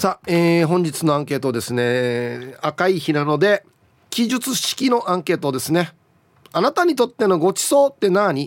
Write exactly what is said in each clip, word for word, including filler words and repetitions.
さあ、えー、本日のアンケートですね、赤いひなので記述式のアンケートですね。あなたにとってのごちそうって何？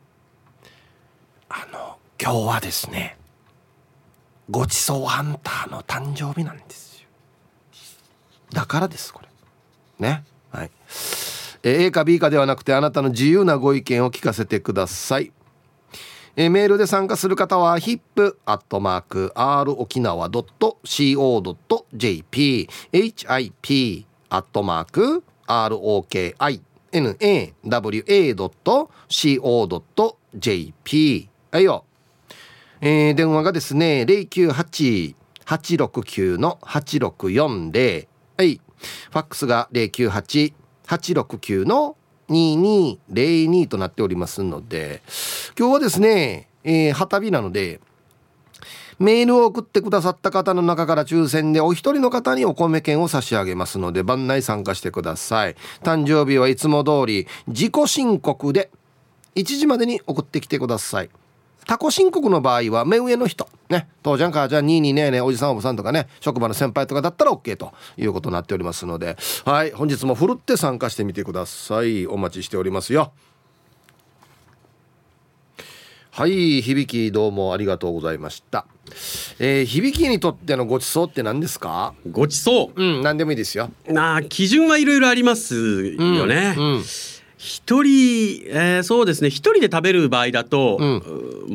あの今日はですね、ごちそうハンターの誕生日なんですよ。だからですこれね。はい、えー、A か B かではなくてあなたの自由なご意見を聞かせてください。えー、メールで参加する方は ヒップ アットマーク アール 沖縄 ドット シーオー ドット ジェーピー ヒップ アットマーク アール オーケーアイエヌエーダブリューエー ドット シーオー ドット ジェーピー はいよ。えー、電話がですね ゼロきゅうはち はちろくきゅう はちろくよんゼロ、はい、ファックスが ゼロきゅうはち はちろくきゅう ににゼロにとなっておりますので、今日はですね、えー、旗日なのでメールを送ってくださった方の中から抽選でお一人の方にお米券を差し上げますので番内参加してください。誕生日はいつも通り自己申告でいちじまでに送ってきてください。他己申告の場合は目上の人ね、父ちゃん母ちゃんにいにねえねえおじさんおばさんとかね、職場の先輩とかだったら OK ということになっておりますので、はい、本日もふるって参加してみてください。お待ちしておりますよ。はい、響きどうもありがとうございました。えー、響きにとってのごちそうって何ですか？ ごちそう、 うん、何でもいいですよ。 なあ、基準はいろいろありますよね。 うんうん、 一人、えー、そうですね、一人で食べる場合だと、うん、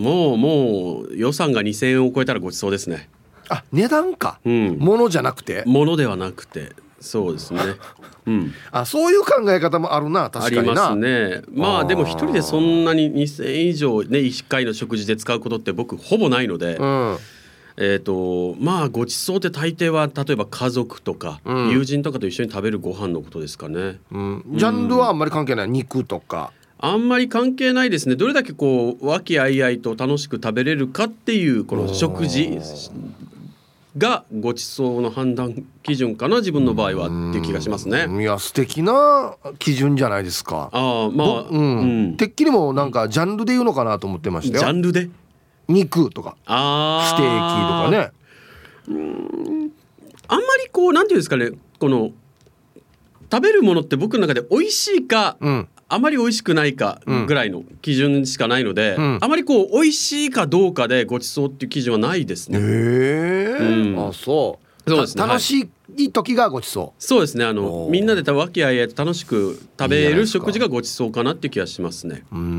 もうもう予算がにせんえんを超えたらごちそうですね。 あ、値段か、うん、物じゃなくて物ではなくて、そうですね、うん、 あ、そういう考え方もあるな、確かにな。 ありますね。まあでも一人でそんなににせんえん以上ね、いっかいの食事で使うことって僕ほぼないので、うん、えーとまあごちそうって大抵は例えば家族とか、うん、友人とかと一緒に食べるご飯のことですかね、 うん、ジャンルはあんまり関係ない、肉とかあんまり関係ないですね。どれだけこう和気あいあいと楽しく食べれるかっていうこの食事がごちそうの判断基準かな、自分の場合はっていう気がしますね。 いや、素敵な基準じゃないですか。 あ、まあ、 うんうん、てっきりもなんかジャンルで言うのかなと思ってましたよ。 ジャンルで肉とかあステーキとかね。 うーん、あんまりこうなんていうんですかね、この食べるものって僕の中で美味しいか、うん、あまり美味しくないかぐらいの基準しかないので、うん、あまりこう美味しいかどうかでごちそうっていう基準はないですね。へー、うん、あ、そう、そうですね、楽しい時がごちそう、はい、そうですね、あのみんなで和気あいあいと楽しく食べる食事がごちそうかなっていう気がしますね。うーん、うん、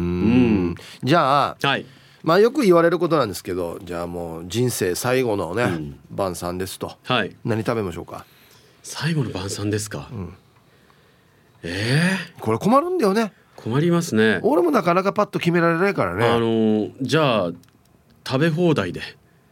じゃあ、 はい、 まあよく言われることなんですけど、じゃあもう人生最後のね、うん、晩餐ですと、はい、何食べましょうか？ 最後の晩餐ですか、うん、えー、これ困るんだよね。 困りますね。 俺もなかなかパッと決められないからね。 あのじゃあ食べ放題で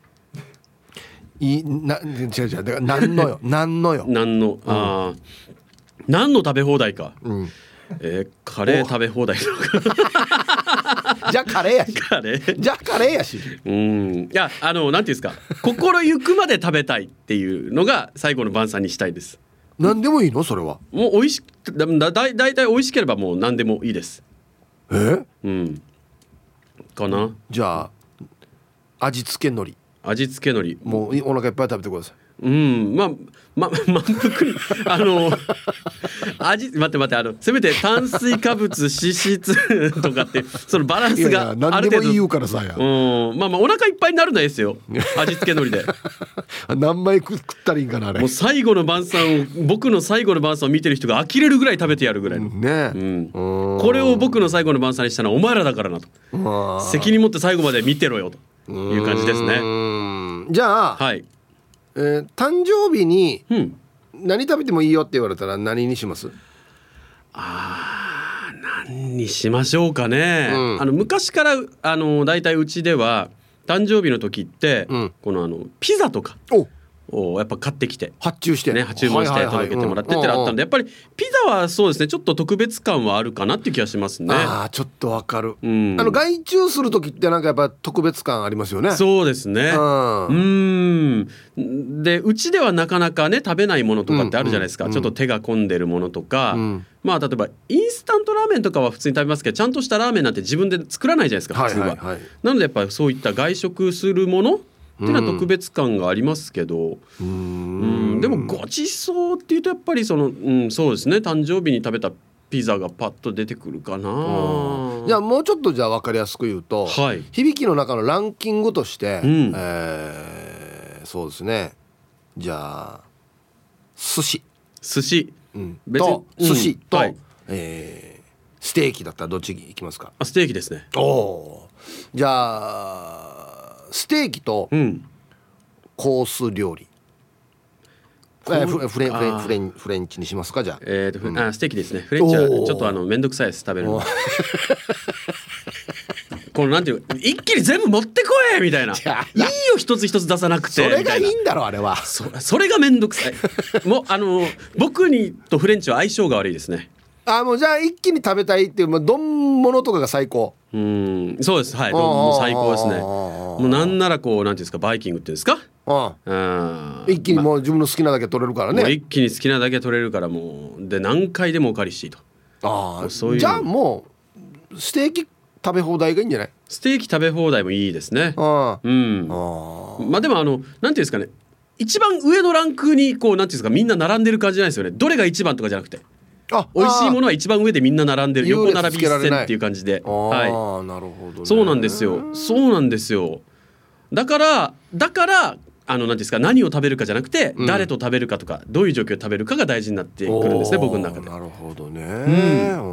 いな、違う違う、だから何のよ何のよ何の、あ、うん、何の食べ放題か、うん、えー、カレー食べ放題とかじゃあカレーやしカレーじゃあカレーやし、 うん、いや、あのなんていうんですか、心ゆくまで食べたいっていうのが最後の晩餐にしたいです。 何でもいいの？それはもう美味しだだだいたい美味しければもう何でもいいです。 え、 うん、かな。 じゃあ味付け海苔味付け海苔もうお腹いっぱい食べてください。 うん、まあ、ま、満腹にあの味待って待って、あのせめて炭水化物脂質とかってそのバランスがある程度、いやいや何でも言うからさや、うん、まあまあお腹いっぱいになるのですよ味付け海苔で何枚食ったらいいんかなあれ。 もう最後の晩餐を僕の最後の晩餐を見てる人が呆れるぐらい食べてやるぐらいの、ね、うん、これを僕の最後の晩餐にしたのはお前らだからなと、責任持って最後まで見てろよという感じですね。 うん、じゃあ、はい、えー、誕生日に何食べてもいいよって言われたら何にします？ あー、何にしましょうかね、うん、あの昔からあのだいたいうちでは誕生日の時って、うん、このあのピザとかをやっぱ買ってきて発注してね、注文して届けてもらってってあったんで、やっぱりピザはそうですね、ちょっと特別感はあるかなっていう気がしますね。 ああ、ちょっとわかる、うん、あの外注する時ってなんかやっぱ特別感ありますよね。 そうですね、うん、うんでうちではなかなかね食べないものとかってあるじゃないですか、うんうん、ちょっと手が込んでるものとか、うん、まあ例えばインスタントラーメンとかは普通に食べますけど、ちゃんとしたラーメンなんて自分で作らないじゃないですか普通は、はいはいはい、なのでやっぱりそういった外食するものっていうのは特別感がありますけど、うん、うんでもごちそうっていうとやっぱりその、うん、そうですね、誕生日に食べたピザがパッと出てくるかな。 じゃあもうちょっとじゃあ分かりやすく言うと、はい、響きの中のランキングとして、うん、えー、そうですね、じゃあ寿司寿司、 うん、と寿司と、うん、はい、えー、ステーキだったらどっち行きますか？ あ、ステーキですね。 お、じゃあステーキとコース料理、うん、えー、フレフレフレフレンフレンチにしますか？じゃあ、 えーと、うん、あ、ステーキですね。フレンチはちょっとあのめんどくさいです、食べるのこのなんていう、一気に全部持ってこいみたいな、いいよ一つ一つ出さなくて、 それがいいんだろあれは。 そ, それがめんどくさいもうあの僕にとフレンチは相性が悪いですね。 あ、もうじゃあ一気に食べたいっていう、もう丼物とかが最高。 うん、そうです、はい、もう最高ですね。もうなんならこうなんていうんですか、バイキングっていうんですか、 ああ、一気にもう自分の好きなだけ取れるからね、 ま、一気に好きなだけ取れるから、もうで何回でもお借りしていいと。 ああ、そういう、じゃあもうステーキ食べ放題がいいんじゃない？ ステーキ食べ放題もいいですね。あ、うん、あ、まあでもあのなんていうんですかね、一番上のランクにこうなんていうんですか、みんな並んでる感じじゃないですよね。どれが一番とかじゃなくて、あ、美味しいものは一番上でみんな並んでる、横並び一線っていう感じで、はい、なるほどね。そうなんですよ、そうなんですよ。だからだからあの何ですか、何を食べるかじゃなくて、うん、誰と食べるかとかどういう状況で食べるかが大事になってくるんですね、僕の中で。 なるほどね、うん、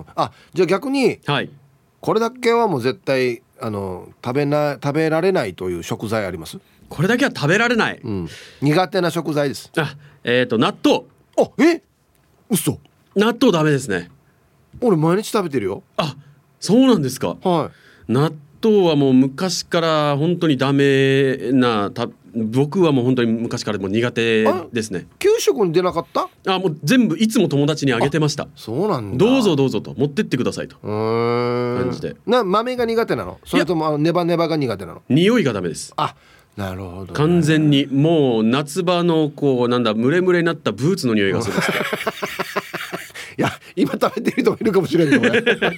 あ、じゃあ逆に、はい、これだけはもう絶対あの食べな食べられないという食材あります？ これだけは食べられない、 うん、苦手な食材です。 あ、えーと納豆。 あ、え、嘘。 納豆ダメですね。 俺毎日食べてるよ。 あ、そうなんですか。はい、納豆はもう昔から本当にダメな、た僕はもう本当に昔からもう苦手ですね。 給食に出なかった？ あ、もう全部いつも友達にあげてました。 そうなんだ。 どうぞどうぞと持ってってくださいと感じで。 な、豆が苦手なの？それともあのネバネバが苦手なの？ 匂いがダメです。 あ、なるほど、ね、 完全にもう夏場のこうなんだ、ムレムレになったブーツの匂いがするいや今食べてる人もいるかもしれないけどね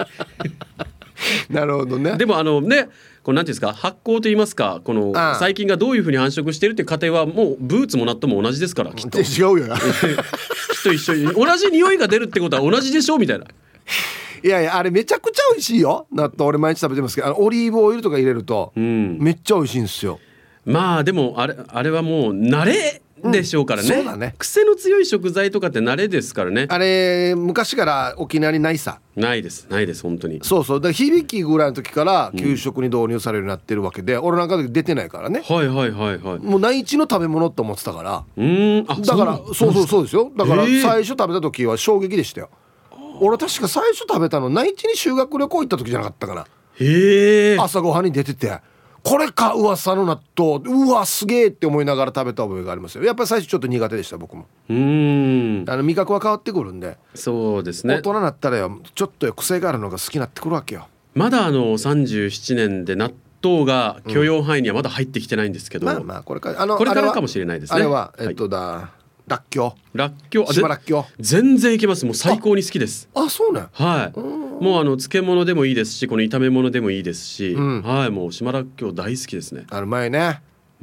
なるほどね。 でもあのね、このなんていうんですか、発酵と言いますか、この細菌がどういうふうに繁殖しているっていう過程はもうブーツも納豆も同じですから、きっと。 違うよきっと一緒に同じ匂いが出るってことは同じでしょみたいな。 いやいや、あれめちゃくちゃ美味しいよ、納豆。俺毎日食べてますけど、あのオリーブオイルとか入れると、うん、めっちゃ美味しいんですよ。 まあでもあれ、あれはもう慣れでしょうからね、うん、そうだね。癖の強い食材とかって慣れですからね。 あれ昔から沖縄にないさ。 ないですないです本当に。 そうそう、だから響きぐらいの時から給食に導入されるようになってるわけで、うん、俺なんかで出てないからね。 はいはいはいはい。 もう内地の食べ物って思ってたから。 うーん、あ、 だからそうそうそうですよ。だから最初食べた時は衝撃でしたよ。俺確か最初食べたの内地に修学旅行行った時じゃなかったかな。 へー。 朝ごはんに出てて、これか噂の納豆、うわすげえって思いながら食べた覚えがありますよ。やっぱり最初ちょっと苦手でした僕も。うーん、あの味覚は変わってくるんで。 そうですね。 大人になったらよ、ちょっと癖があるのが好きになってくるわけよ。 まだあのさんじゅうななねんで納豆が許容範囲にはまだ入ってきてないんですけど、うん、まあまあこれからあのこれからかもしれないですね。 あれはえっとだ、はい、らっきょう、 らっきょう、 島らっきょう全然いけます。もう最高に好きです。 ああ、そうね。 はい、もうあの漬物でもいいですし、この炒め物でもいいですし、うん、はい、もう島らっきょう大好きですね。 ある前ね、うん、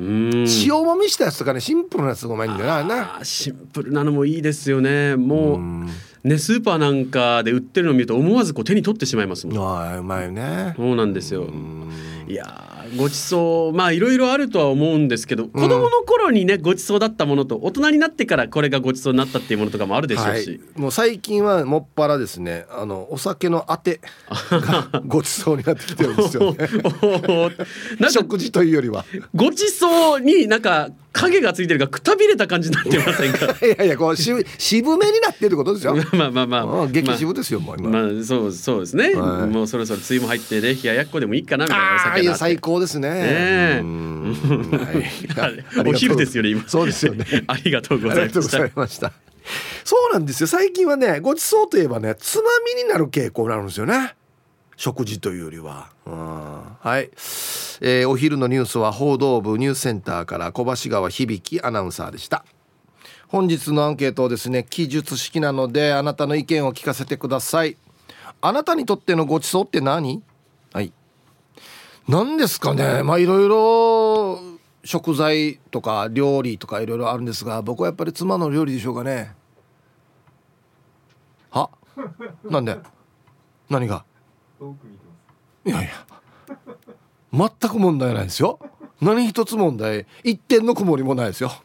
塩もみしたやつとかね、シンプルなやつがうまいんだよな。 あ、シンプルなのもいいですよね。もう、うんね、スーパーなんかで売ってるのを見ると思わずこう手に取ってしまいますもん。 あ、うまいね。 そうなんですよ。いやごちそう、まあいろいろあるとは思うんですけど、子供の頃にねごちそうだったものと大人になってからこれがごちそうになったっていうものとかもあるでしょうし、はい、 もう最近はもっぱらですね、あのお酒のあてがごちそうになってきてるんですよね食事というよりはごちそうになんか影がついてるがくたびれた感じになってませんかいやいや、こう渋めになってるってことですよまあまあまあ、まあ、 激渋ですよ、もう今。 まあそうそうですね、はい、もうそろそろつゆも入ってね、冷ややっこでもいいかなみたいなお酒があって、あ、いや最高ですね。ね、 はい、お昼ですよね今。 そうですよねありがとうございました。 ました。そうなんですよ。最近はね、ごちそうといえばね、つまみになる傾向になるんですよね、食事というよりは。うん、はい、えー、お昼のニュースは報道部ニュースセンターから小橋川響アナウンサーでした。本日のアンケートをですね、記述式なのであなたの意見を聞かせてください。あなたにとってのごちそうって何？はい、何ですかね。まあいろいろ食材とか料理とかいろいろあるんですが、僕はやっぱり妻の料理でしょうかね。はなんで何がいやいや全く問題ないですよ。何一つ問題一点の曇りもないですよ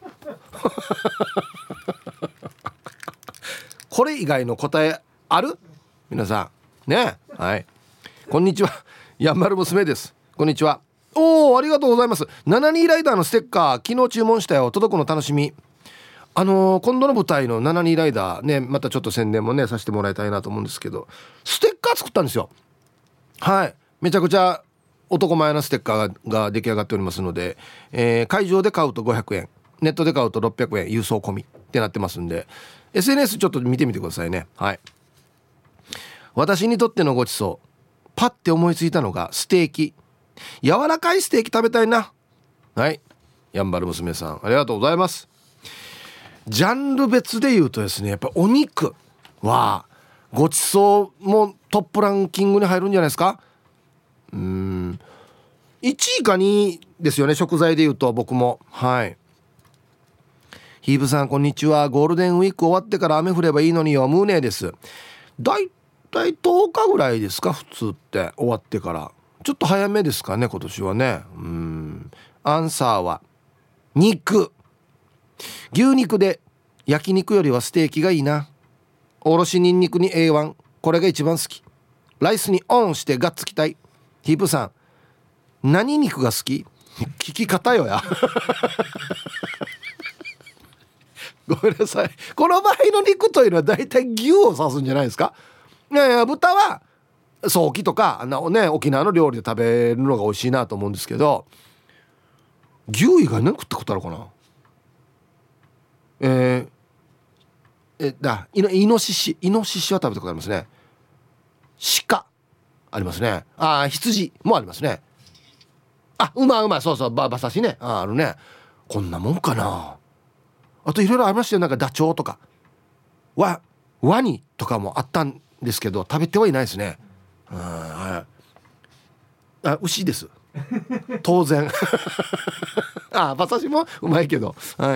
これ以外の答えある？皆さんね。はい、こんにちは、やんばる娘です。こんにちは。おー、ありがとうございます。ななじゅうにライダーのステッカー昨日注文したよ。届くの楽しみ。あのー、今度の舞台のななじゅうにライダーね、またちょっと宣伝もねさせてもらいたいなと思うんですけど、ステッカー作ったんですよ。はい、めちゃくちゃ男前なステッカー が, が出来上がっておりますので、えー、会場で買うとごひゃくえん、ネットで買うとろっぴゃくえん郵送込みってなってますんで、 エスエヌエス ちょっと見てみてくださいね。はい、私にとってのごちそう、パッて思いついたのがステーキ。柔らかいステーキ食べたいな。はい、やんばる娘さんありがとうございます。ジャンル別で言うとですね、やっぱお肉はごちそうもトップランキングに入るんじゃないですか。うーんいちいかにいですよね、食材で言うと。僕もはい。ヒーブさんこんにちは。ゴールデンウィーク終わってから雨降ればいいのによ、ムーネーです。だいたいとおかぐらいですか、普通って終わってから。ちょっと早めですかね今年はね。うーんアンサーは肉。牛肉で焼肉よりはステーキがいいな。おろしニンニクに エーワン、 これが一番好き。ライスにオンしてガッツきたい。ヒープさん何肉が好き？聞き方よやごめんなさい。この場合の肉というのはだいたい牛を指すんじゃないですか。いやいや、豚はソーキとかあの、ね、沖縄の料理で食べるのが美味しいなと思うんですけど、牛以外何食ったことあるかな。えー、えだイノ、イノシシイノシシは食べたことありますね。鹿ありますね。あ、羊もありますね。あ、馬馬そうそう、バ馬刺しね。あ、あるね。こんなもんかな。あといろいろありましたよ。なんかダチョウとかワワニとかもあったんですけど食べてはいないですね。うん、はい。あ、牛です当然あ、馬刺しもうまいけど。はい。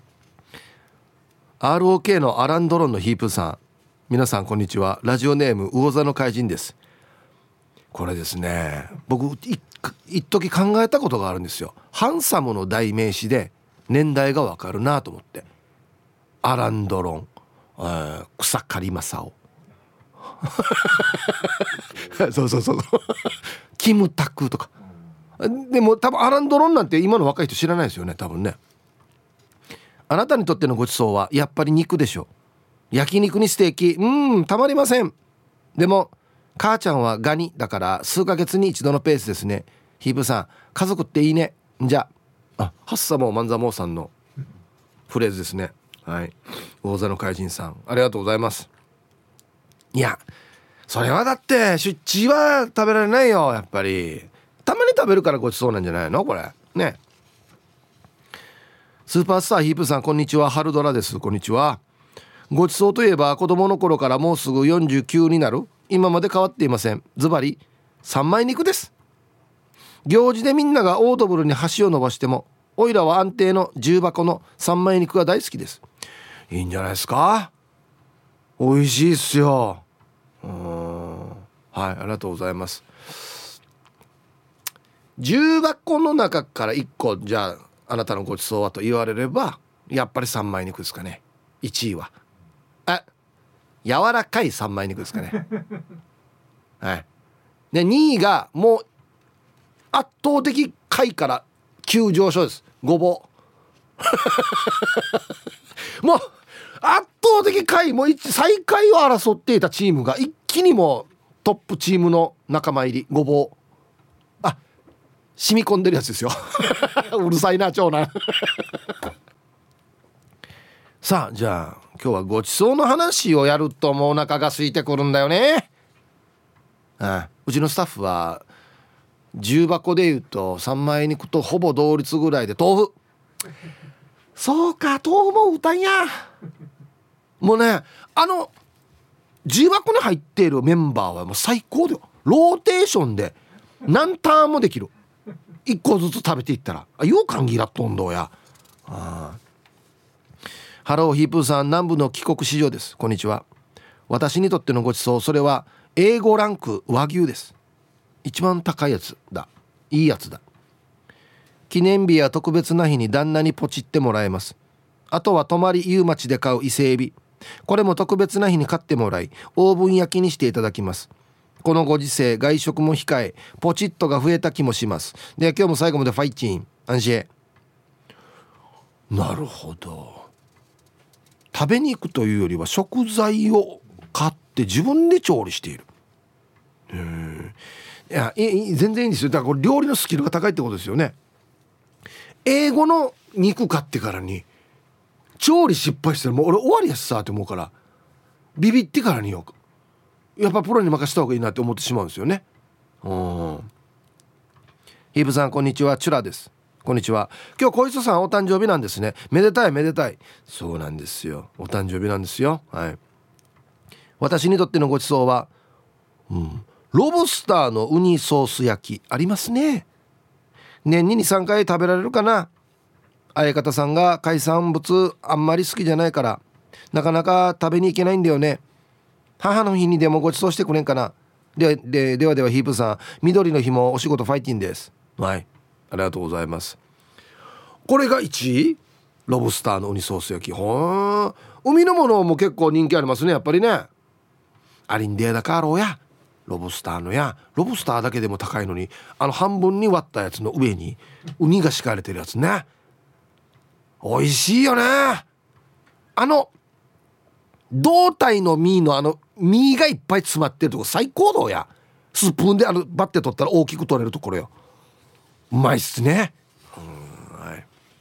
アールオーケー のアランドロンのヒープさん、皆さんこんにちは。ラジオネーム魚座の怪人です。これですね、僕一時考えたことがあるんですよ。ハンサムの代名詞で年代がわかるなと思って。アランドロン、えー、草刈正雄そうそうそうキムタクとか。でも多分アランドロンなんて今の若い人知らないですよね多分ね。あなたにとってのごちそうはやっぱり肉でしょ。焼肉にステーキ、うーんたまりません。でも母ちゃんはガニだから数ヶ月に一度のペースですね。ヒープさん家族っていいね。じゃあ、あ、ハッサモーマンザモーさんのフレーズですね。はい、魚座の怪人さんありがとうございます。いやそれはだって出地は食べられないよ。やっぱりたまに食べるからごちそうなんじゃないのこれね。スーパースターヒープさんこんにちは。春ドラです。こんにちは。ごちそうといえば子供の頃からもうすぐよんじゅうきゅうになる今まで変わっていません。ズバリ三枚肉です。行事でみんながオードブルに箸を伸ばしてもおいらは安定の重箱の三枚肉が大好きです。いいんじゃないですか。美味しいっすよ。うーん、はい、ありがとうございます。重箱の中からいっこじゃああなたのごちそうはと言われればやっぱり三枚肉ですかね。いちいはあ柔らかい三枚肉ですかねはい。でにいがもう圧倒的下位から急上昇です。ごぼうもう圧倒的下位、もう最下位を争っていたチームが一気にもうトップチームの仲間入り。ごぼう、あ、染み込んでるやつですようるさいな長男さあじゃあ今日はごちそうの話をやるともうお腹が空いてくるんだよね。ああ、うちのスタッフは重箱でいうと三枚肉とほぼ同率ぐらいで豆腐。そうか、豆腐も歌んや。もうね、あの重箱に入っているメンバーはもう最高だよ。ローテーションで何ターンもできる。 いっこずつ食べていったらあよう感ぎらっとんどうや。あハローヒープーさん、南部の帰国子女です。こんにちは。私にとってのごちそう、それは エーご ランク和牛です。一番高いやつだ。いいやつだ。記念日や特別な日に旦那にポチってもらえます。あとは泊まり夕町で買う伊勢エビ、これも特別な日に買ってもらいオーブン焼きにしていただきます。このご時世外食も控えポチッとが増えた気もします。では今日も最後までファイチン安心。なるほど、食べに行くというよりは食材を買って自分で調理している。うーん、いやいい全然いいんですよ。だからこれ料理のスキルが高いってことですよね。英語の肉買ってからに調理失敗したらもう俺終わりやしさって思うからビビってからによやっぱプロに任せた方がいいなって思ってしまうんですよね。うん。ヒープさんこんにちは、チュラです。こんにちは。今日小磯さんお誕生日なんですね。めでたいめでたい。そうなんですよ、お誕生日なんですよ。はい。私にとってのごちそうは、うん、ロブスターのウニソース焼きありますね。年に にさんかい食べられるかな。相方さんが海産物あんまり好きじゃないからなかなか食べに行けないんだよね。母の日にでもごちそうしてくれんかな。ででではではヒープさん、緑の日もお仕事ファイティンです。はい、ありがとうございます。これがいちい、ロブスターのウニソース焼き。ほー、海のものも結構人気ありますね、やっぱりね。ありんでだかろうや、ロブスターのや、ロブスターだけでも高いのにあの半分に割ったやつの上にウニが敷かれてるやつね、美味しいよね。あの胴体の身のあの身がいっぱい詰まってるとこ最高だや。スプーンであのバッて取ったら大きく取れるところよ。うまいっすね。うん、はい。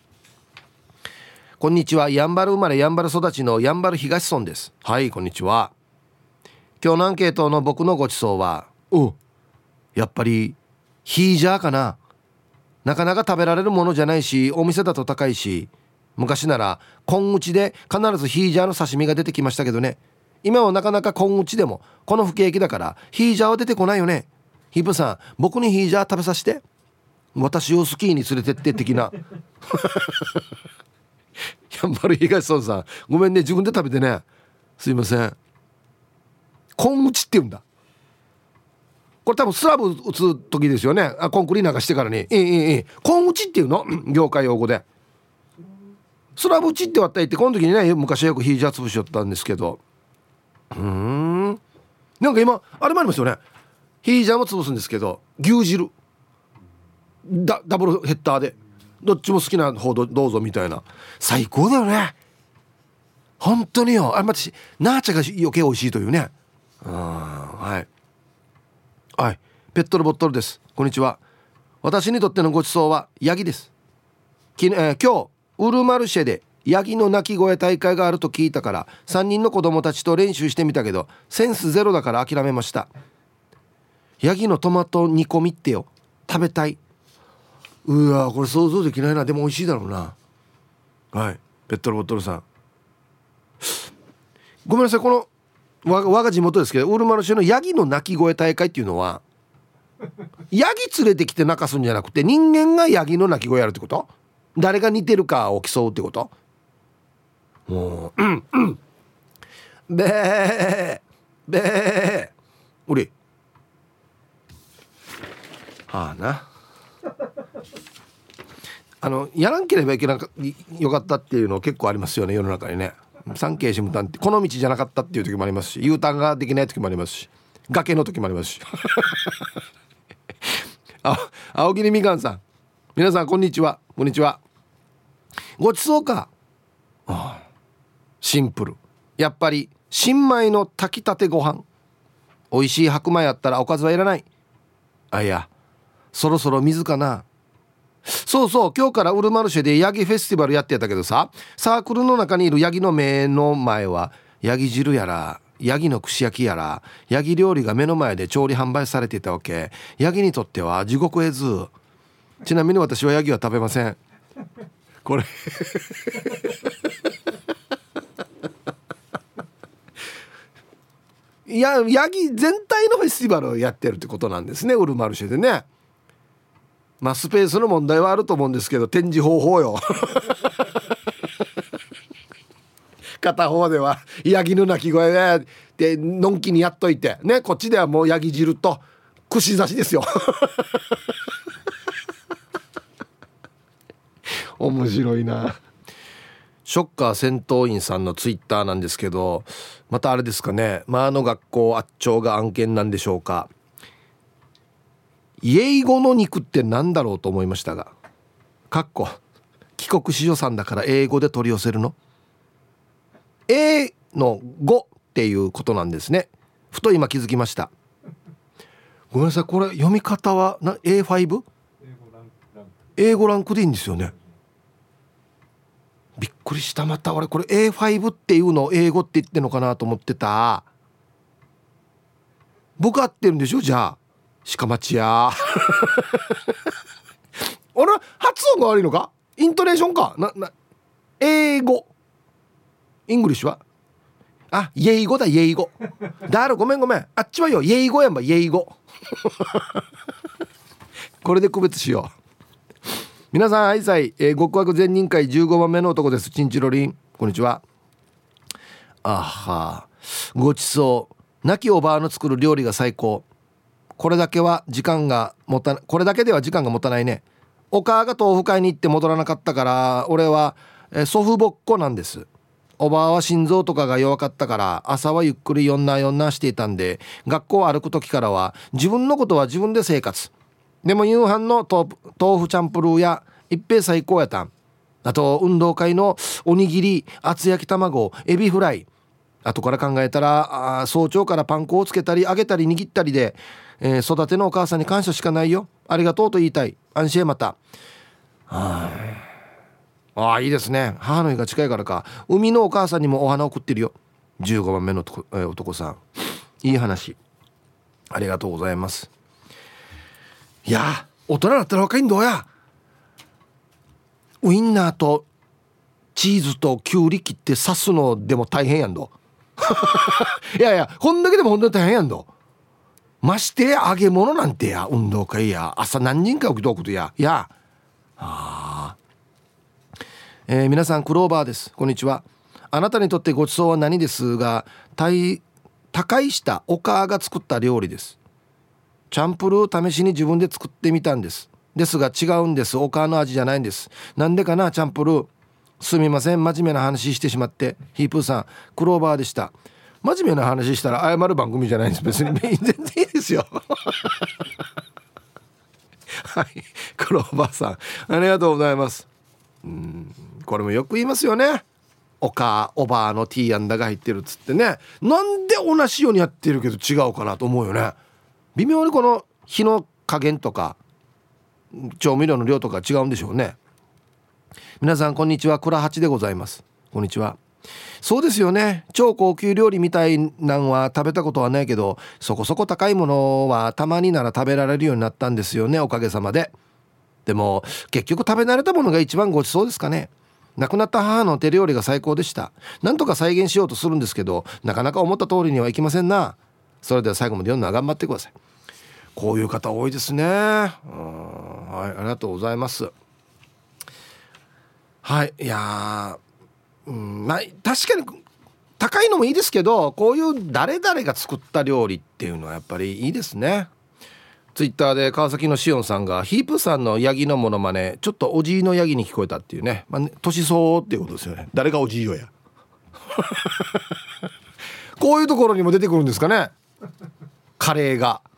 こんにちは、やんばる生まれやんばる育ちのやんばる東村です。はい、こんにちは。今日のアンケートの僕のごちそうは、おやっぱりヒージャーかな。なかなか食べられるものじゃないしお店だと高いし、昔ならコン打ちで必ずヒージャーの刺身が出てきましたけどね。今はなかなかコン打ちでもこの不景気だからヒージャーは出てこないよね。ヒップさん、僕にヒージャー食べさせて、私をスキーに連れてって的なやんばる東村さん、ごめんね、自分で食べてね、すいません。コン打ちって言うんだ。これ多分スラブ打つ時ですよね。あ、コンクリなんかしてからにいいいいいいコン打ちっていうの業界用語で。スラブ打ちって割ったりってこの時にね、昔はよくヒージャー潰しよったんですけど、うーん、なんか今あれもありますよね。ヒージャーも潰すんですけど牛汁ダダブルヘッダーでどっちも好きな方どうぞみたいな、最高だよね本当によ。あれ私ナーチャが余計美味しいというね。うん、はいはい。ペットルボットルです。こんにちは。私にとってのごちそうはヤギです。き、えー、今日ウルマルシェでヤギの鳴き声大会があると聞いたからさんにんの子供たちと練習してみたけどセンスゼロだから諦めました。ヤギのトマト煮込みってよ、食べたい。うわこれ想像できないな。でも美味しいだろうな。はい、ペットルボトルさん、ごめんなさい。この我が、我が地元ですけどウルマルシェのヤギの鳴き声大会っていうのはヤギ連れてきて鳴かすんじゃなくて人間がヤギの鳴き声やるってこと？誰が似てるかを競うってこと？もううんうんべーべーうれはあなあのやらんければいけなかよかったっていうの結構ありますよね、世の中にね。産経新聞ってこの道じゃなかったっていう時もありますし、U ターンができない時もありますし、崖の時もありますしあ、青桐みかんさん、皆さんこんにちは。こんにちは。ごちそうか。ああ、シンプル。やっぱり新米の炊きたてご飯。美味しい白米あったらおかずはいらない。あ、いやそろそろ水かな。そうそう、今日からウルマルシェでヤギフェスティバルやってたけどさ、サークルの中にいるヤギの目の前はヤギ汁やらヤギの串焼きやらヤギ料理が目の前で調理販売されていたわけ。ヤギにとっては地獄絵図。ちなみに私はヤギは食べません。これいやヤギ全体のフェスティバルをやってるってことなんですね、ウルマルシェでね。 まあスペースの問題はあると思うんですけど、展示方法よ片方ではヤギの鳴き声でのんきにやっといてね、こっちではもうヤギ汁と串刺しですよ面白いな。ショッカー戦闘員さんのツイッターなんですけど、またあれですかね、まあ、あの学校あっちょうが案件なんでしょうか。イエイ語の肉ってなんだろうと思いましたが、かっこ帰国子女さんだから英語で取り寄せるの A の語っていうことなんですね。ふと今気づきました。ごめんなさい、これ読み方はな エーファイブ？ 英語ランクでいいんですよね。びっくりした。また俺これ エーファイブ っていうのを英語って言ってんのかなと思ってた。僕合ってるんでしょじゃあ。鹿町や俺発音が悪いのか、イントネーションかなな。英語イングリッシュはあイエイ語だ、イエイ語だからごめんごめん、あっちはよイエイ語やんば、イエイ語これで区別しよう。皆さん愛妻、えー、極悪善人会じゅうごばんめの男です。チンチロリン、こんにちは。あはごちそう、亡きおばあの作る料理が最高。これだけは時間がもたこれだけでは時間が持たないね。お母が豆腐買いに行って戻らなかったから俺は、えー、祖父母っ子なんです。おばあは心臓とかが弱かったから朝はゆっくりよんなよんなしていたんで、学校を歩く時からは自分のことは自分で生活。でも夕飯の豆腐、豆腐チャンプルーや一平最高やたん。あと運動会のおにぎり、厚焼き卵、エビフライ。後から考えたらあ早朝からパン粉をつけたり揚げたり握ったりで、えー、育てのお母さんに感謝しかないよ。ありがとうと言いたい。安心へまた。はあ、ああいいですね。母の日が近いからか海のお母さんにもお花を送ってるよ。じゅうごばんめの男、えー、男さん、いい話ありがとうございます。いや大人だったら若いんどうや。ウインナーとチーズとキュウリ切って刺すのでも大変やんどいやいやこんだけでも本当に大変やんど。まして揚げ物なんてや、運動会や朝何人か起きとくとやいやあ、えー、皆さんクローバーです。こんにちは。あなたにとってごちそうは何ですが、高いしたお母が作った料理です。チャンプルー試しに自分で作ってみたんです。ですが違うんです。お母の味じゃないんです。なんでかなチャンプルー。すみません、真面目な話してしまって。ヒープーさんクローバーでした。真面目な話したら謝る番組じゃないんです。別に全然いいですよはいクローバーさんありがとうございます。うーんこれもよく言いますよね。お母おばあのティーアンダが入ってるっつってね。なんで同じようにやってるけど違うかなと思うよね。微妙にこの火の加減とか調味料の量とか違うんでしょうね。皆さんこんにちは、倉八でございます。こんにちは。そうですよね。超高級料理みたいなんは食べたことはないけど、そこそこ高いものはたまになら食べられるようになったんですよね、おかげさまで。でも結局食べ慣れたものが一番ごちそうですかね。亡くなった母の手料理が最高でした。なんとか再現しようとするんですけど、なかなか思った通りにはいきませんな。それでは最後まで読んだら頑張ってください。こういう方多いですね。うん、はい、ありがとうございます。はい、いやー、うん、まあ確かに高いのもいいですけど、こういう誰々が作った料理っていうのはやっぱりいいですね。ツイッターで川崎のしおんさんがヒープさんのヤギのモノマネちょっとおじいのヤギに聞こえたっていうね、まあ、年相応っていうことですよね。誰がおじいよやこういうところにも出てくるんですかね、カレーが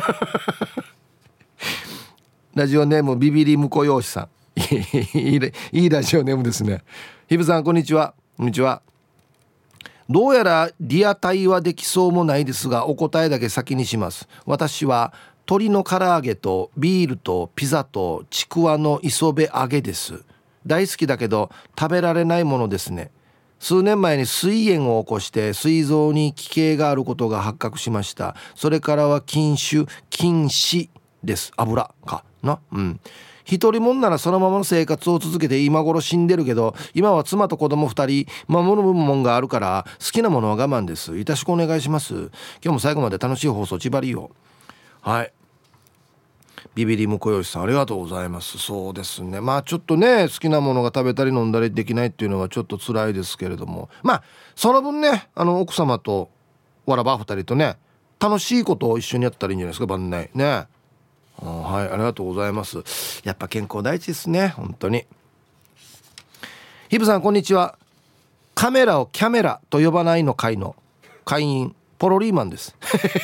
ラジオネームビビリムコヨウシさんいいいいラジオネームですね。ヒブさんこんにちは。こんにちは。どうやらリアタイはできそうもないですが、お答えだけ先にします。私は鶏の唐揚げとビールとピザとちくわの磯辺揚げです。大好きだけど食べられないものですね。数年前に膵炎を起こして膵臓に奇形があることが発覚しました。それからは禁酒禁止です。油かな。うん一人もんならそのままの生活を続けて今頃死んでるけど、今は妻と子供二人守るもんがあるから好きなものは我慢です。よろしくお願いします。今日も最後まで楽しい放送ちばりよ。はい、 ビビリムコヨシさんありがとうございます。そうですね、まあちょっとね好きなものが食べたり飲んだりできないっていうのはちょっと辛いですけれども、まあその分ねあの奥様とわらばふたりとね楽しいことを一緒にやったらいいんじゃないですか晩内ね。はい、ありがとうございます。やっぱ健康第一ですね本当に。ヒブさんこんにちは。カメラをキャメラと呼ばないの会の会員ポロリーマンです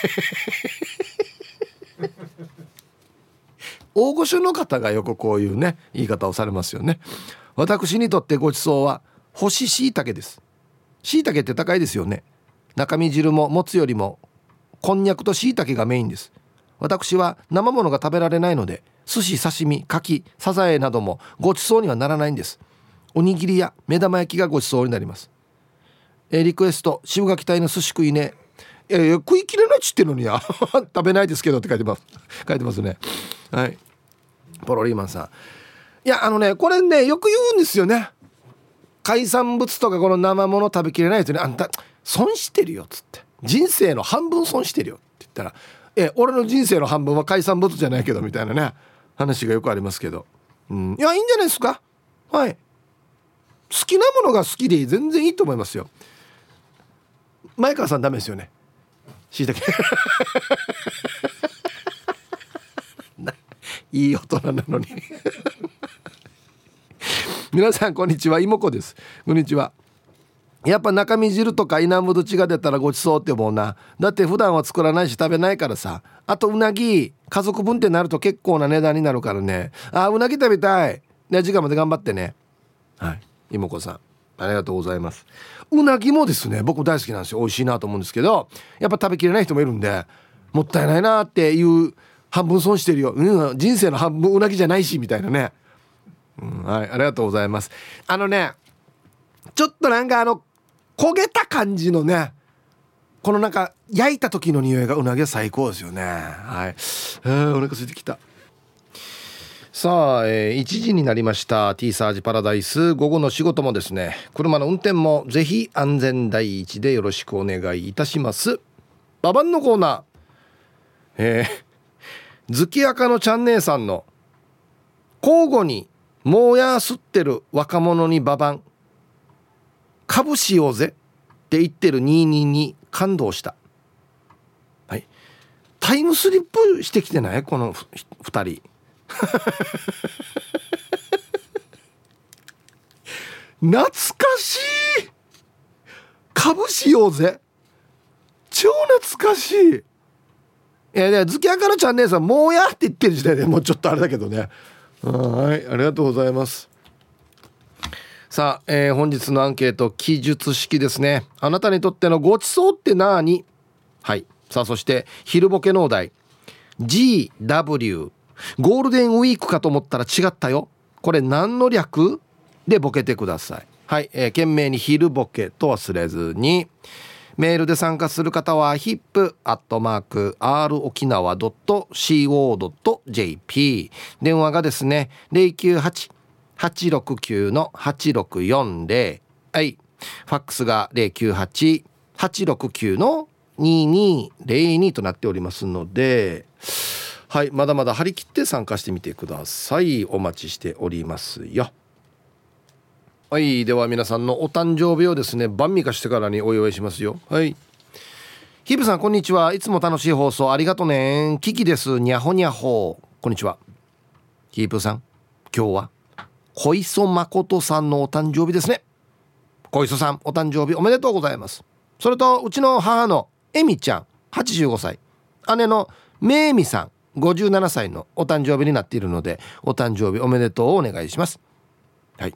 大御所の方がよくこういうね言い方をされますよね。私にとってごちそうは干し椎茸です。椎茸って高いですよね。中身汁ももつよりもこんにゃくと椎茸がメインです。私は生ものが食べられないので寿司刺身牡蠣サザエなどもごちそうにはならないんです。おにぎりや目玉焼きがごちそうになります。えー、リクエスト渋柿隊の寿司食いね。いやいや食い切れないっちってのにや食べないですけどって書いてます書いてますね。はい、ポロリーマンさん、いやあのねこれねよく言うんですよね。海産物とかこの生もの食べきれない人にあんた損してるよっつって、人生の半分損してるよって言ったら、え俺の人生の半分は海産物じゃないけどみたいなね話がよくありますけど、うん、いやいいんじゃないですか。はい、好きなものが好きで全然いいと思いますよ。前川さんダメですよねしいたけいい大人なのに皆さんこんにちは、妹子です。こんにちは。やっぱ中身汁とか稲むどちが出たらごちそうって思うな。だって普段は作らないし食べないからさ。あとうなぎ家族分ってなると結構な値段になるからね。あうなぎ食べたいね。時間まで頑張ってね。はい、妹子さんありがとうございます。うなぎもですね僕大好きなんですよ。美味しいなと思うんですけどやっぱ食べきれない人もいるんでもったいないなっていう半分損してるよ、うん、人生の半分うなぎじゃないしみたいなね、うん、はいありがとうございます。あのねちょっとなんかあの焦げた感じのねこのなんか焼いた時の匂いがうなぎは最高ですよね。はい、お腹空いてきた。さあ、えー、いちじになりました。 T サージパラダイス午後の仕事もですね車の運転もぜひ安全第一でよろしくお願いいたします。ババンのコーナー、えー、月赤のちゃん姉さんの交互にもうや吸ってる若者にババン株しようぜって言ってるにじゅうにに感動した。はい、タイムスリップしてきてないこのふたり懐かしい。株しようぜ超懐かしい。いやいや月明るちゃん姉さんもうやって言ってる時代でもうちょっとあれだけどね。はいありがとうございます。さあ、えー、本日のアンケート記述式ですね。あなたにとってのごちそうって何？はい、さあそして昼ボケのお題 ジーダブリュー ゴールデンウィークかと思ったら違ったよ、これ何の略でボケてください。はい、えー、懸命に昼ボケと忘れずに。メールで参加する方は ヒップ アットマーク アール 沖縄 ドット シーオー ドット ジェーピー 電話がですね ゼロきゅうはち はちろくきゅう はちろくよんゼロ、はい、ファックスが ゼロきゅうはち はちろくきゅう ににゼロにとなっておりますので、はい、まだまだ張り切って参加してみてください。お待ちしておりますよ。はい、では皆さんのお誕生日をですね晩御飯してからにお祝いしますよ。はい、ヒブさんこんにちは。いつも楽しい放送ありがとね。キキです。にゃほにゃほ。こんにちは。ヒープさん今日は小磯誠さんのお誕生日ですね。小磯さんお誕生日おめでとうございます。それとうちの母のエミちゃんはちじゅうごさい、姉のメイミさんごじゅうななさいのお誕生日になっているのでお誕生日おめでとうをお願いします。はい、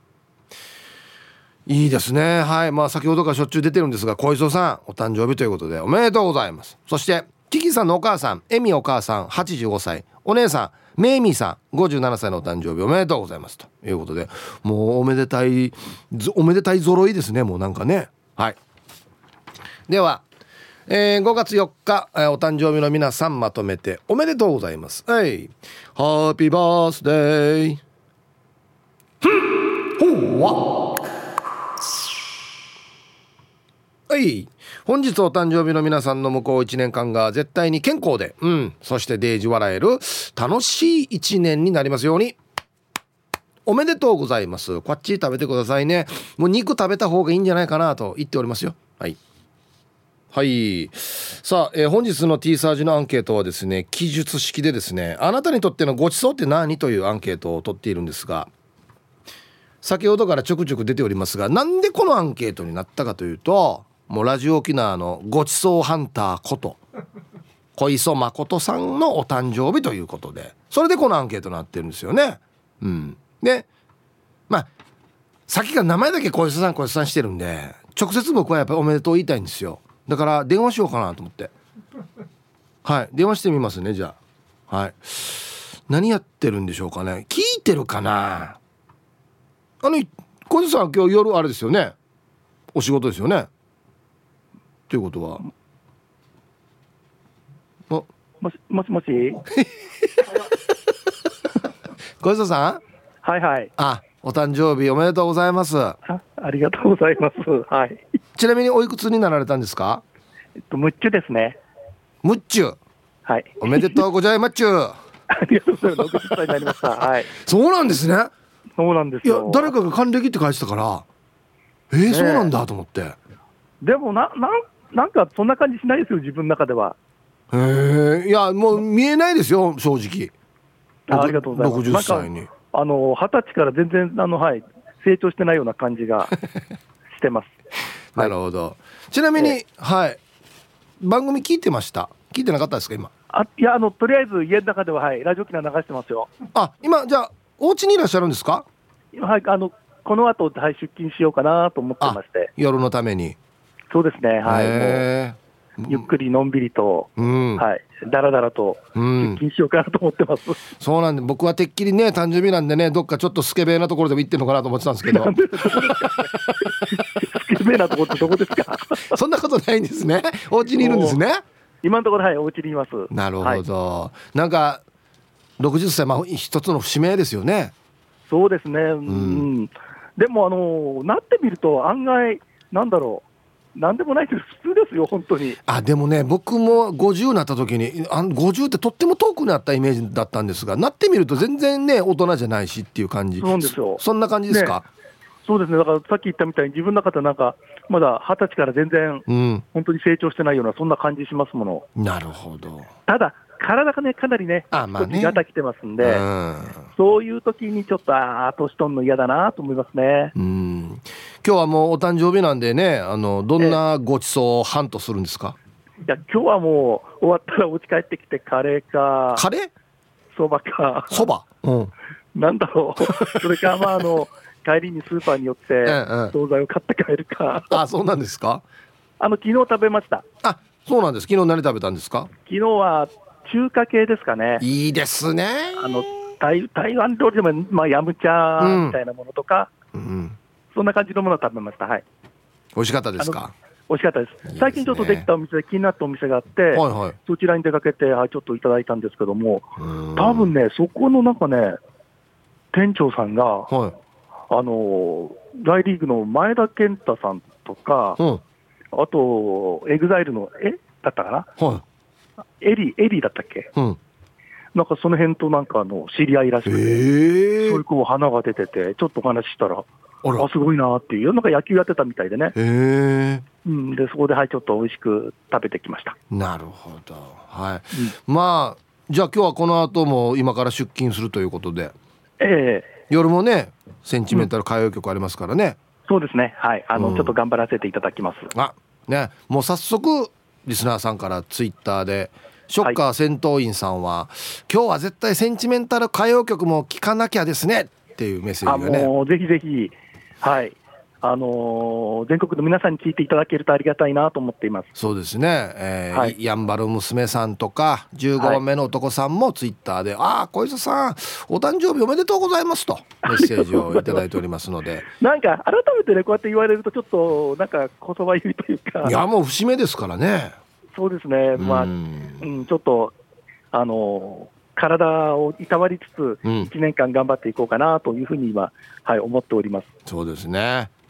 いいですね。はい、まあ先ほどからしょっちゅう出てるんですが小磯さんお誕生日ということでおめでとうございます。そしてキキさんのお母さんエミお母さんはちじゅうごさい、お姉さんメイミーさんごじゅうななさいのお誕生日おめでとうございますということで、もうおめでたいおめでたい揃いですね。もうなんかね。はい、では、えー、ごがつよっか、えー、お誕生日の皆さんまとめておめでとうございます。はい、ハッピーバースデー。ふんほうわ。はい、 はい本日お誕生日の皆さんの向こういちねんかんが絶対に健康で、うん、そしてデージ笑える楽しいいちねんになりますように。おめでとうございます。こっち食べてくださいね。もう肉食べた方がいいんじゃないかなと言っておりますよ。はいはいさあ、えー、本日の T サージのアンケートはですね、記述式でですね、あなたにとってのごちそうって何というアンケートを取っているんですが、先ほどからちょくちょく出ておりますが、なんでこのアンケートになったかというと、もうラジオ沖縄のごちそうハンターこと小磯誠さんのお誕生日ということで、それでこのアンケートになってるんですよね。うんでまあさっきから名前だけ小磯さん小磯さんしてるんで、直接僕はやっぱりおめでとう言いたいんですよ。だから電話しようかなと思って、はい電話してみますね。じゃあはい何やってるんでしょうかね。聞いてるかな。あの小磯さん今日夜あれですよね、お仕事ですよね。ということはももしもしもし小磯さん、 はいはい、 あお誕生日おめでとうございます。 あ, ありがとうございます。はい。 ちなみにおいくつになられたんですか。 えっとむっちゅですね。 むっちゅ、 はい、 おめでとうございます。 ありがとうございます。ろくじゅっさいになりました。はい。 そうなんですね。 そうなんですよ。 いや誰かが還暦って書いてたからえー、ね、そうなんだと思って。 でもな、な、なんかそんな感じしないですよ、自分の中では。 へえ、いやもう見えないですよ正直。 あ, ありがとうございます。 ろくじゅっさいにあのはたちから全然あの、はい、成長してないような感じがしてます。 なるほど、はい、ちなみに、 えー、 はい番組聞いてました？聞いてなかったですか今？ あいやあのとりあえず家の中では、はい、ラジオ機能流してますよ。 あ今じゃあお家にいらっしゃるんですか？ はい、あのこの後、はい、出勤しようかなと思ってまして。 夜のために。 そうですね、はい、もうゆっくりのんびりと、うん、はい、だらだらと出勤しようかなと思ってます、うん、 そうなんで僕はてっきりね誕生日なんでね、どっかちょっとスケベなところでも行ってるのかなと思ってたんですけど。 スケベなところってどこですか？ そんなことないんですね。お家にいるんですね。 今のところ、はい、お家にいます。 なるほど、はい、なんかろくじゅっさい、まあ、一つの節目ですよね。 そうですね、うんうん、でもあのなってみると案外なんだろう、なんでもないです。普通ですよ本当に。 あでもね僕もごじゅうになった時にあごじゅうってとっても遠くにあったイメージだったんですが、なってみると全然ね大人じゃないしっていう感じ。 そうなんですよ。 そ, そんな感じですか？ ね、そうですね。だからさっき言ったみたいに自分の中でなんかまだはたちから全然本当に成長してないようなそんな感じしますもの、 うん、なるほど。ただ体がねかなりねあ、まあね、 ガタきてますんで、うん、そういう時にちょっとあ年取るの嫌だなと思いますね。 うん、今日はもうお誕生日なんでね、あのどんなごちそうをハントするんですか？ いや今日はもう終わったらお家帰ってきてカレーかカレーそばかそば、うん、 なんだろうそれかまああの帰りにスーパーに寄って惣菜を買って帰るか。 あそうなんですか？ あの昨日食べました。 あそうなんです。昨日何食べたんですか？ 昨日は中華系ですかね。 いいですね。 あの 台, 台湾料理でも、まあ、ヤムチャみたいなものとか、うんうん、そんな感じのものを食べました。はい。 美味しかったですか？ 美味しかったです。いいですね。最近ちょっとできたお店で気になったお店があって、はいはい、そちらに出かけてちょっといただいたんですけども、多分ねそこの中ね店長さんが、はい、あの大リーグの前田健太さんとか、うん、あとエグザイルのえだったかな、はい、エリーエリーだったっけ、うん、なんかその辺となんかあの知り合いらしくて、えー、そういうこう花が出ててちょっとお話ししたらあすごいなっていう、なんか野球やってたみたいでね、えーうん、でそこではいちょっと美味しく食べてきました。 なるほど、はい、うん、まあじゃあ今日はこの後も今から出勤するということで、 えー、 夜もねセンチメンタル歌謡曲ありますからね、 うん、そうですね、はい、あの、うん、ちょっと頑張らせていただきます。 あ、ね、もう早速リスナーさんからツイッターでショッカー戦闘員さんは、はい、今日は絶対センチメンタル歌謡曲も聴かなきゃですねっていうメッセージがね。 あもうぜひぜひ、はい、あのー、全国の皆さんに聞いていただけるとありがたいなと思っています。 そうですね、えーはい、やんばる娘さんとかじゅうごばんめの男さんもツイッターで、はい、ああ小磯さんお誕生日おめでとうございますとメッセージをいただいておりますのでなんか改めてねこうやって言われるとちょっとなんかこそばゆいというか、 いやもう節目ですからね。 そうですね、まあ、うん、ちょっとあの体をいたわりつついちねんかん頑張っていこうかなというふうに今、はい、思っております。 そうですね、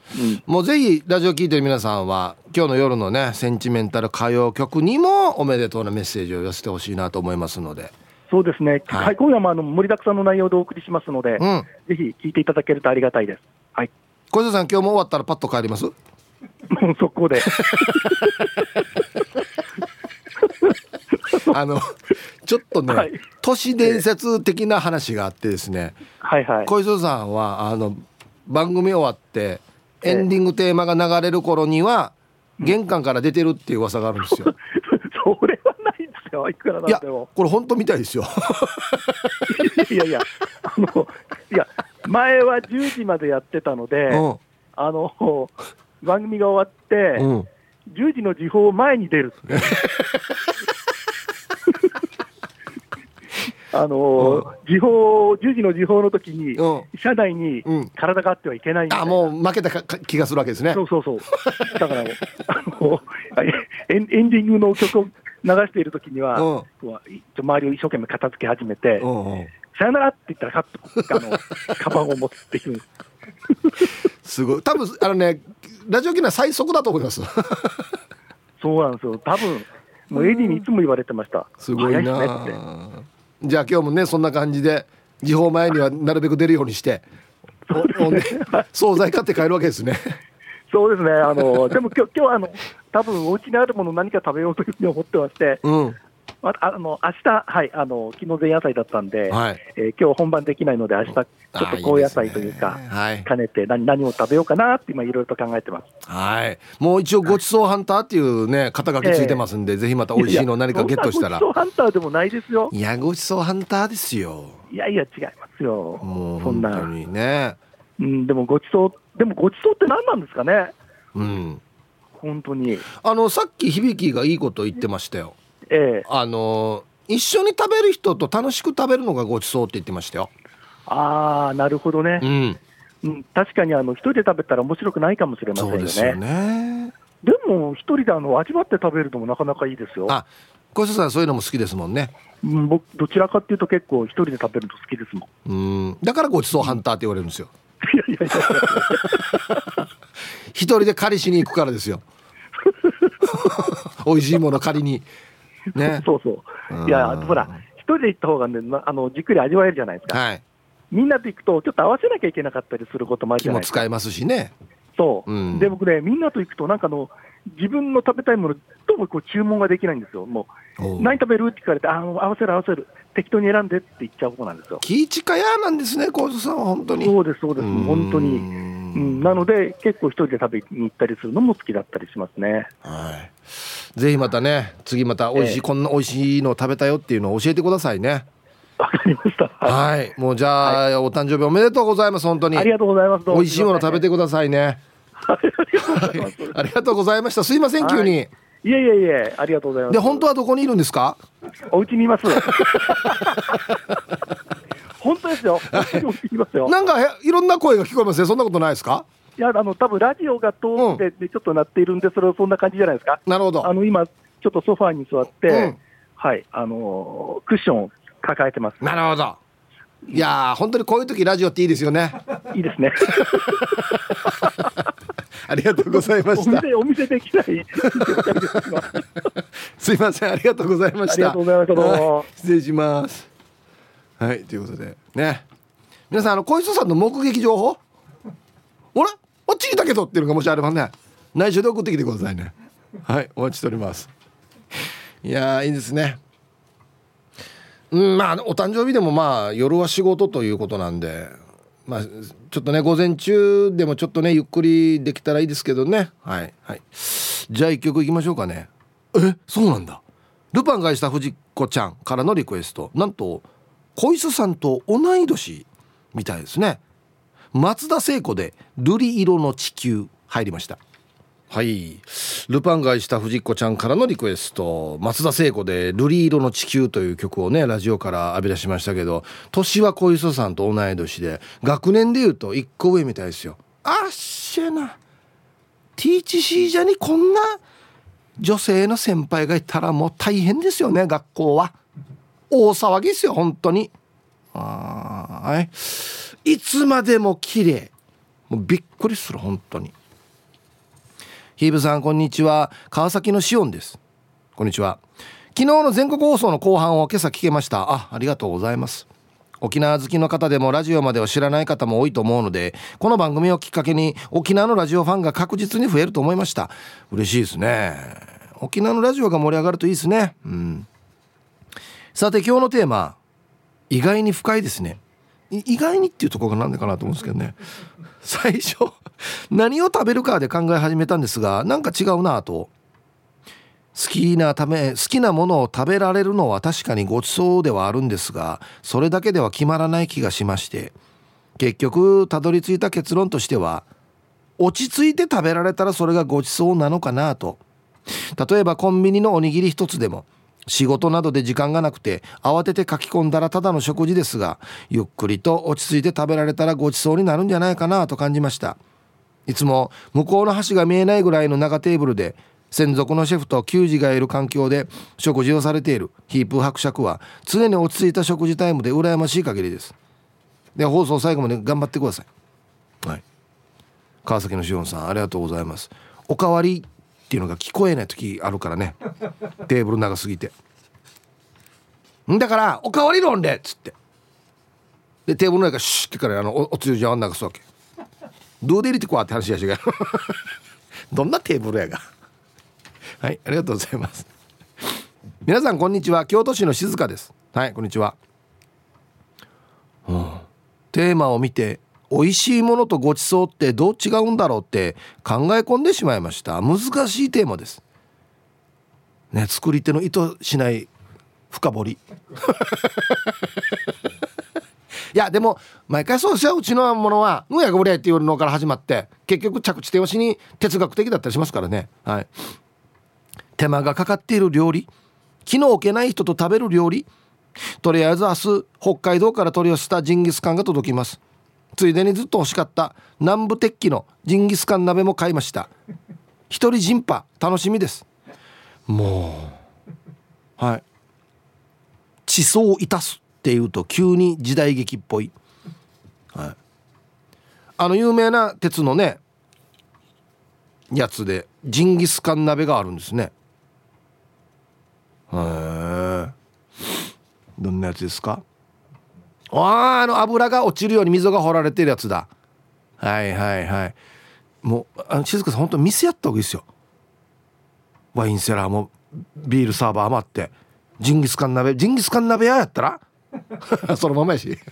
うん、もうぜひラジオ聞いてる皆さんは今日の夜のねセンチメンタル歌謡曲にもおめでとうなメッセージを寄せてほしいなと思いますので。 そうですね、はい、今夜もあの盛りだくさんの内容でお送りしますので、うん、ぜひ聞いていただけるとありがたいです。はい、 小泉さん今日も終わったらパッと帰ります？ もう速攻であのちょっとね、はい、都市伝説的な話があってですね、 はいはい、 小泉さんはあの番組終わってエンディングテーマが流れる頃には玄関から出てるっていう噂があるんですよ。 それはないですよ、いくらなんでも。 いやこれ本当みたいですよ。 いやいやあのいや前はじゅうじまでやってたので、うん、あの番組が終わって、うん、じゅうじの時報前に出るあのー、時報じゅうじの時報の時に、うん、車内に体があってはいけないみたいな、 あもう負けたか気がするわけですね。 そうそうそうだからあのエン、エンディングの曲を流している時には、うん、周りを一生懸命片付け始めて、うんうん、さよならって言ったらカッとあのカバンを持っていくすごい多分あのねラジオ機能は最速だと思いますそうなんですよ、多分もうエディにいつも言われてました。 すごいな、早いですねって。じゃあ今日もねそんな感じで時報前にはなるべく出るようにしてそうですね惣菜買って帰るわけですね。 そうですね、あのでも今日、今日はあの多分お家にあるもの何か食べようというふうに思ってまして、うん、ああの明日、はい、あの昨日前夜祭だったんで、はい、えー、今日本番できないので明日ちょっと高野菜というか、いい、ね、はい、兼ねて 何, 何を食べようかなって今いろいろと考えてます。 はい、もう一応ごちそうハンターっていうね肩書きついてますんで、えー、ぜひまた美味しいの何かゲットしたら。 ごちそうハンターでもないですよ。 いやごちそうハンターですよ。 いやいや違いますよ。 もう本当にね、 うん、でもごちそうでもごちそうって何なんですかね。 うん、 本当にあのさっき響がいいこと言ってましたよ。 ええ、 あの一緒に食べる人と楽しく食べるのがごちそうって言ってましたよ。 ああなるほどね、 うんうん、確かにあの一人で食べたら面白くないかもしれませんよね。 そうですよね。 でも一人であの味わって食べるのもなかなかいいですよ。 あ小石さんそういうのも好きですもんね。 うん、僕どちらかっていうと結構一人で食べるの好きですもん。うんだからごちそうハンターって言われるんですよ。 いやいやいや一人で狩りしに行くからですよ美味しいもの借りにね。 そうそういやほら一人で行った方がねあのじっくり味わえるじゃないですか、 はい、 みんなで行くとちょっと合わせなきゃいけなかったりすることもあるじゃないですか。 気も使えますしね。 そう、うん、で僕ねみんなと行くとなんかの自分の食べたいものどうもこう注文ができないんですよ。もう何食べるって聞かれてあ合わせる合わせる適当に選んでって言っちゃう子なんですよ。 気近やなんですね小津さんは本当に。 そうですそうです本当に、うん、なので結構一人で食べに行ったりするのも好きだったりしますね。 はい、ぜひまたね次また美味しい、えー、こんな美味しいの食べたよっていうのを教えてくださいね。 わかりました。 はい、はい、もうじゃあ、はい、お誕生日おめでとうございます。本当にありがとうございます。 美味しいもの食べてくださいね。 はい、 ありがとうございました。すいません急に。 はい、いえいえいえありがとうございます。 で本当はどこにいるんですか？ お家にいます本当ですよ。いますよ。 なんかいろんな声が聞こえますね。そんなことないですか？ いやあの多分ラジオが通ってでちょっと鳴っているんで、それはそんな感じじゃないですか。 なるほど。 あの今ちょっとソファーに座って、うん、はいあのクッションを抱えてます。 なるほど。いや本当にこういう時ラジオっていいですよね。 いいですねありがとうございました。 お店、お店できないすいませんありがとうございました。 ありがとうございました。どうも失礼します。はいということでね皆さんあの小磯さんの目撃情報あれあっちにいたけどっていうのがもしあればね内緒で送ってきてくださいね。はいお待ちしております。いやーいいですね。うんまあお誕生日でもまあ夜は仕事ということなんでまあちょっとね午前中でもちょっとねゆっくりできたらいいですけどね。はいはいじゃあ一曲いきましょうかね。えそうなんだ。ルパンがした藤子ちゃんからのリクエストなんと小磯さんと同い年みたいですね。松田聖子で瑠璃色の地球入りました。はいルパンがした藤子ちゃんからのリクエスト松田聖子で瑠璃色の地球という曲をねラジオから浴び出しましたけど年は小磯さんと同い年で学年でいうといっこ上みたいですよ。あっしゃなティーチシージャにこんな女性の先輩がいたらもう大変ですよね。学校は大騒ぎですよ本当に。あーいいつまでも綺麗もうびっくりする本当に。ヒーブさんこんにちは、川崎のシオンです。こんにちは。昨日の全国放送の後半を今朝聞けました。あ、ありがとうございます。沖縄好きの方でもラジオまでは知らない方も多いと思うので、この番組をきっかけに沖縄のラジオファンが確実に増えると思いました。嬉しいですね。沖縄のラジオが盛り上がるといいですね。うん。さて今日のテーマ、意外に深いですね。意外にっていうところがなんでかなと思うんですけどね。最初何を食べるかで考え始めたんですが、なんか違うなと。好きなため好きなものを食べられるのは確かにごちそうではあるんですが、それだけでは決まらない気がしまして、結局たどり着いた結論としては、落ち着いて食べられたらそれがごちそうなのかなと。例えばコンビニのおにぎり一つでも、仕事などで時間がなくて慌てて書き込んだらただの食事ですが、ゆっくりと落ち着いて食べられたらごちそうになるんじゃないかなと感じました。いつも向こうの端が見えないぐらいの長テーブルで専属のシェフと給仕がいる環境で食事をされているヒープ伯爵は、常に落ち着いた食事タイムで羨ましい限りです。で、放送最後まで頑張ってください。はい、川崎のしおんさんありがとうございます。おかわりっていうのが聞こえない時あるからね、テーブル長すぎて。んだからおかわり論でっつって、でテーブルの中シュッてからあの お, おつゆじゃん流すわけ。どうで入れてこわって話やしがどんなテーブルやがはい、ありがとうございます。皆さんこんにちは、京都市の静香です。はい、こんにちは。うん、テーマを見て美味しいものとごちそうってどう違うんだろうって考え込んでしまいました。難しいテーマですね。作り手の意図しない深掘りいやでも毎回そうですよ。うちのものはぬやがぶれっていうのから始まって結局着地点はしに哲学的だったりしますからね。はい、手間がかかっている料理、気の置けない人と食べる料理。とりあえず明日北海道から取り寄せたジンギスカンが届きます。ついでにずっと欲しかった南部鉄器のジンギスカン鍋も買いました。一人ジンパ楽しみです。もうはい、地層をいたすっていうと急に時代劇っぽい、はい、あの有名な鉄のねやつでジンギスカン鍋があるんですね。へえ、どんなやつですか。ああ、あの油が落ちるように溝が掘られてるやつだ。はいはいはい。もうあの静香さん本当に店やった方がいいですよ。ワインセラーもビールサーバーもあってジンギスカン鍋、ジンギスカン鍋屋やったらそのままやし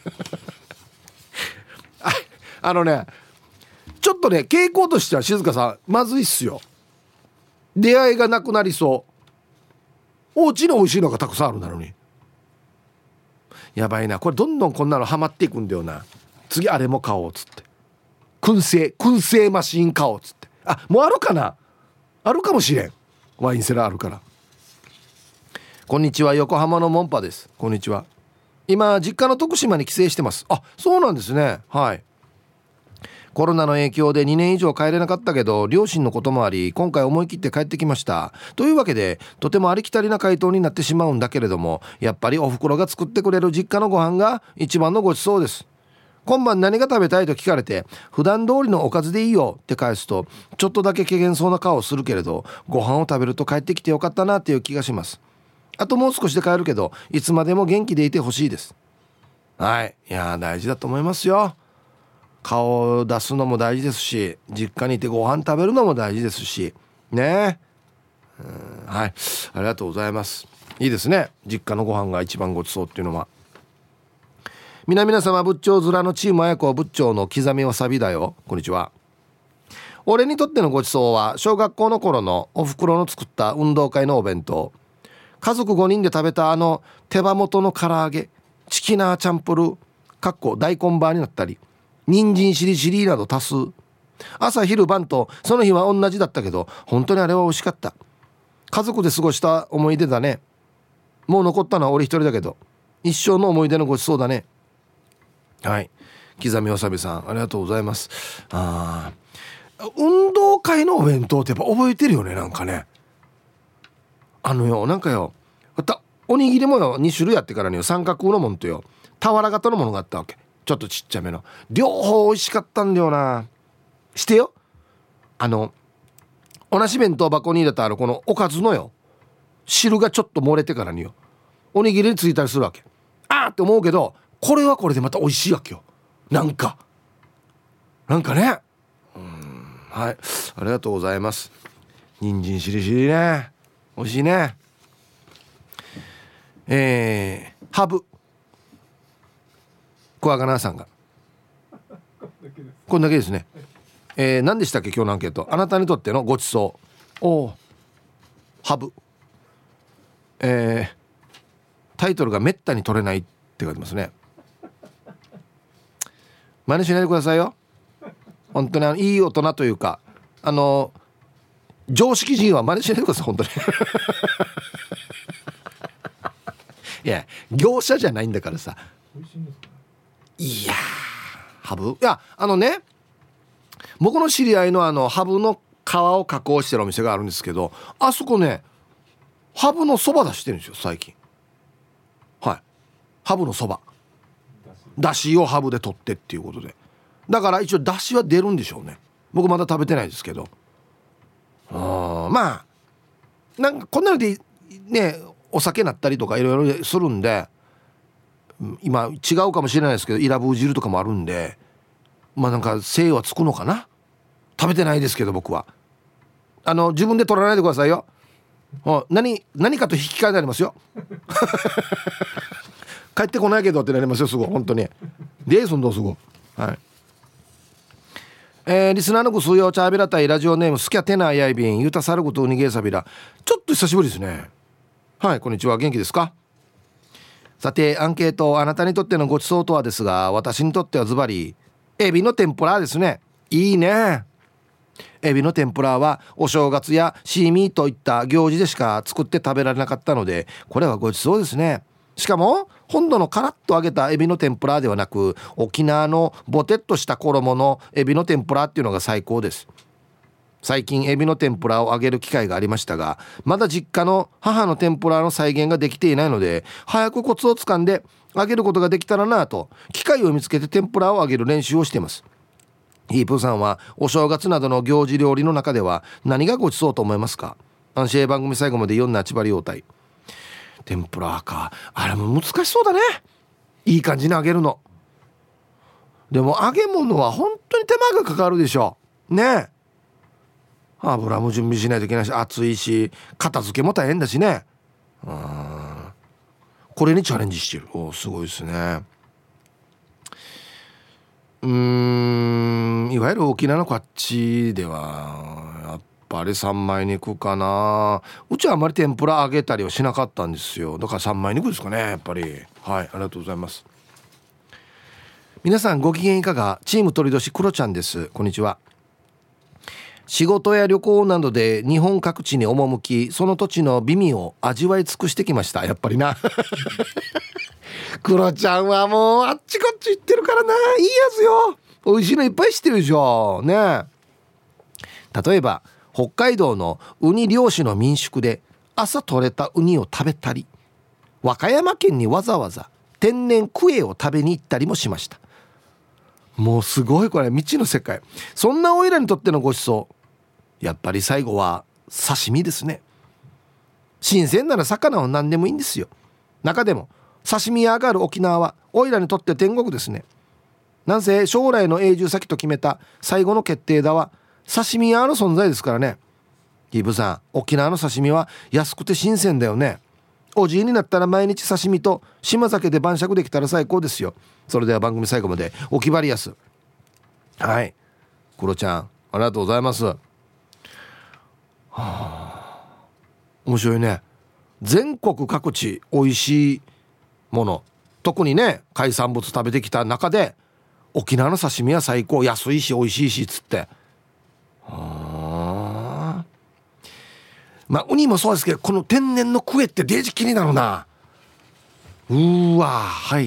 あ, あのねちょっとね傾向としては静香さんまずいっすよ。出会いがなくなりそう。お家の美味しいのがたくさんあるなのにやばいな、これどんどんこんなのハマっていくんだよな。次あれも買おうっつって、燻製燻製マシン買おうっつって、あもうあるかな、あるかもしれん。ワインセラーあるから。こんにちは、横浜のモンパです。こんにちは。今実家の徳島に帰省してます。あ、そうなんですね。はい、コロナの影響でにねん以上帰れなかったけど両親のこともあり今回思い切って帰ってきました。というわけでとてもありきたりな回答になってしまうんだけれども、やっぱりお袋が作ってくれる実家のご飯が一番のごちそうです。今晩何が食べたいと聞かれて普段通りのおかずでいいよって返すとちょっとだけ怪げそうな顔をするけれど、ご飯を食べると帰ってきてよかったなっていう気がします。あともう少しで帰るけどいつまでも元気でいてほしいです。はい、いや大事だと思いますよ。顔を出すのも大事ですし、実家にいてご飯食べるのも大事ですしね。うん、はい、ありがとうございます。いいですね、実家のご飯が一番ごちそうっていうのは。皆々様、仏頂面のチームあやこ仏頂の刻みわさびだよ。こんにちは。俺にとってのごちそうは小学校の頃のお袋の作った運動会のお弁当、家族ごにんで食べたあの手羽元の唐揚げ、チキナーチャンプルーかっこ大根バーになったり人参しりしりなど多数。朝昼晩とその日は同じだったけど本当にあれは美味しかった。家族で過ごした思い出だね。もう残ったのは俺一人だけど一生の思い出のごちそうだね。はい、刻みわさびさんありがとうございます。あ、運動会のお弁当ってやっぱ覚えてるよね。なんかね、あのよなんかよおにぎりもよに種類あってからによ三角のもんとよ俵型のものがあったわけ。ちょっとちっちゃめの両方美味しかったんだよな。 してよ、あの同じ弁当箱に入れたあるこのおかずのよ汁がちょっと漏れてからによおにぎりについたりするわけ。あーって思うけど、これはこれでまた美味しいわけよ。なんかなんかね、うん、はい、ありがとうございます。人参しりしりね、美味しいね。えー、ハブクワガナさんがこんだけですね。えー、何でしたっけ今日のアンケート。あなたにとってのごちそう。おハブ、えー、タイトルがめったに取れないって書いてますね。真似しないでくださいよ本当に。あのいい大人というか、あの常識人は真似しないでください本当にいや業者じゃないんだからさ。いやハブ、いやあのね、僕の知り合いのあのハブの皮を加工してるお店があるんですけど、あそこねハブのそば出してるんですよ最近。はい、ハブのそばだしをハブで取ってっていうことで、だから一応だしは出るんでしょうね。僕まだ食べてないですけど、あまあなんかこんなのでねお酒なったりとかいろいろするんで、今違うかもしれないですけどイラブー汁とかもあるんで、まあなんか精はつくのかな。食べてないですけど僕は。あの自分で取らないでくださいよ。何何かと引き換えになりますよ帰ってこないけどってなりますよすぐ本当に。でそんどうすぐ、はい。えー、リスナーのぐすうよチャービラタイラジオネームスキャテナーやいびんユタサルグトウニゲーサビラ、ちょっと久しぶりですね。はい、こんにちは、元気ですか。さてアンケート、あなたにとってのごちそうとはですが、私にとってはズバリエビの天ぷらですね。いいね。エビの天ぷらはお正月やシーミーといった行事でしか作って食べられなかったので、これはごちそうですね。しかも本土のカラッと揚げたエビの天ぷらではなく、沖縄のボテッとした衣のエビの天ぷらっていうのが最高です。最近エビの天ぷらを揚げる機会がありましたが、まだ実家の母の天ぷらの再現ができていないので、早くコツをつかんで揚げることができたらなと機会を見つけて天ぷらを揚げる練習をしています。ヒープーさんはお正月などの行事料理の中では何がごちそうと思いますか。安心番組最後まで読んだちばり応対。天ぷらか、あれも難しそうだね。いい感じに揚げるの。でも揚げ物は本当に手間がかかるでしょねえ。油も準備しないといけないし、暑いし片付けも大変だしね。うん、これにチャレンジしてる。おすごいですね。うーん、いわゆる沖縄のこっちではやっぱり三枚肉かな。うちはあまり天ぷら揚げたりはしなかったんですよ。だから三枚肉ですかねやっぱり。はい、ありがとうございます。皆さんご機嫌いかが。チーム鳥年クロちゃんです。こんにちは。仕事や旅行などで日本各地に赴き、その土地の美味を味わい尽くしてきました。やっぱりなクロちゃんはもうあっちこっち行ってるからな。いいやつよ。美味しいのいっぱい知ってるでしょね。例えば北海道のウニ漁師の民宿で朝取れたウニを食べたり、和歌山県にわざわざ天然クエを食べに行ったりもしました。もうすごい、これ未知の世界。そんなおいらにとってのごちそう、やっぱり最後は刺身ですね。新鮮なら魚は何でもいいんですよ。中でも刺身屋がある沖縄はおいらにとって天国ですね。なんせ将来の永住先と決めた最後の決定打は刺身屋の存在ですからね。ギブさん、沖縄の刺身は安くて新鮮だよね。おじいになったら毎日刺身と島酒で晩酌できたら最高ですよ。それでは番組最後までお気張りやす。はい、クロちゃんありがとうございます。はあ、面白いね。全国各地美味しいもの、特にね海産物食べてきた中で沖縄の刺身は最高、安いし美味しいしっつって。はあ、まあウニもそうですけど、この天然のクエってデージ気になるな。うーわ、はい。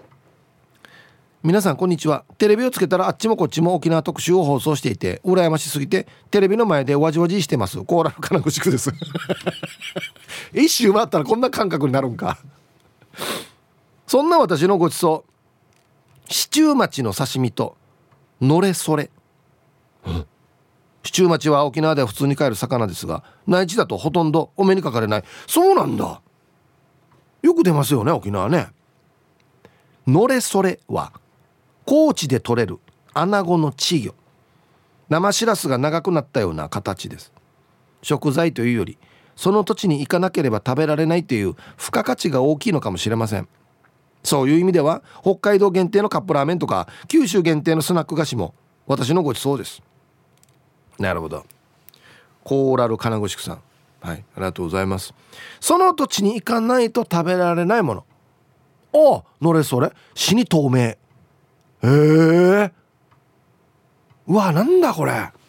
皆さんこんにちは。テレビをつけたらあっちもこっちも沖縄特集を放送していて羨ましすぎてテレビの前でわじわじしてます。コーラル金具宿です一周回ったらこんな感覚になるんかそんな私のごちそう、シチュー町の刺身とのれそれ。 うん、シチューマチは沖縄では普通に飼える魚ですが、内地だとほとんどお目にかかれない。そうなんだ。よく出ますよね、沖縄ね。のれそれは高知で取れるアナゴの稚魚、生しらすが長くなったような形です。食材というよりその土地に行かなければ食べられないという付加価値が大きいのかもしれません。そういう意味では北海道限定のカップラーメンとか九州限定のスナック菓子も私のごちそうです。なるほど。コーラル金具さん、はい、ありがとうございます。その土地に行かないと食べられないもの。お、のれそれ死に透明。へえ、うわ、なんだこれ。あ、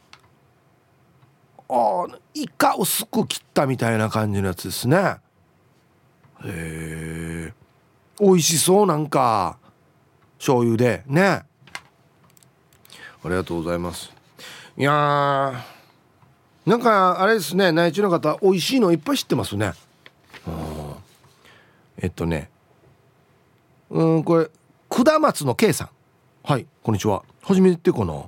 イカ薄く切ったみたいな感じのやつですね。へえ、美味しそう。なんか醤油でね。ありがとうございます。いやー、なんかあれですね、内地の方美味しいのいっぱい知ってますね。えっとねうんこれ下松の K さん、はい、こんにちは。初めてかな。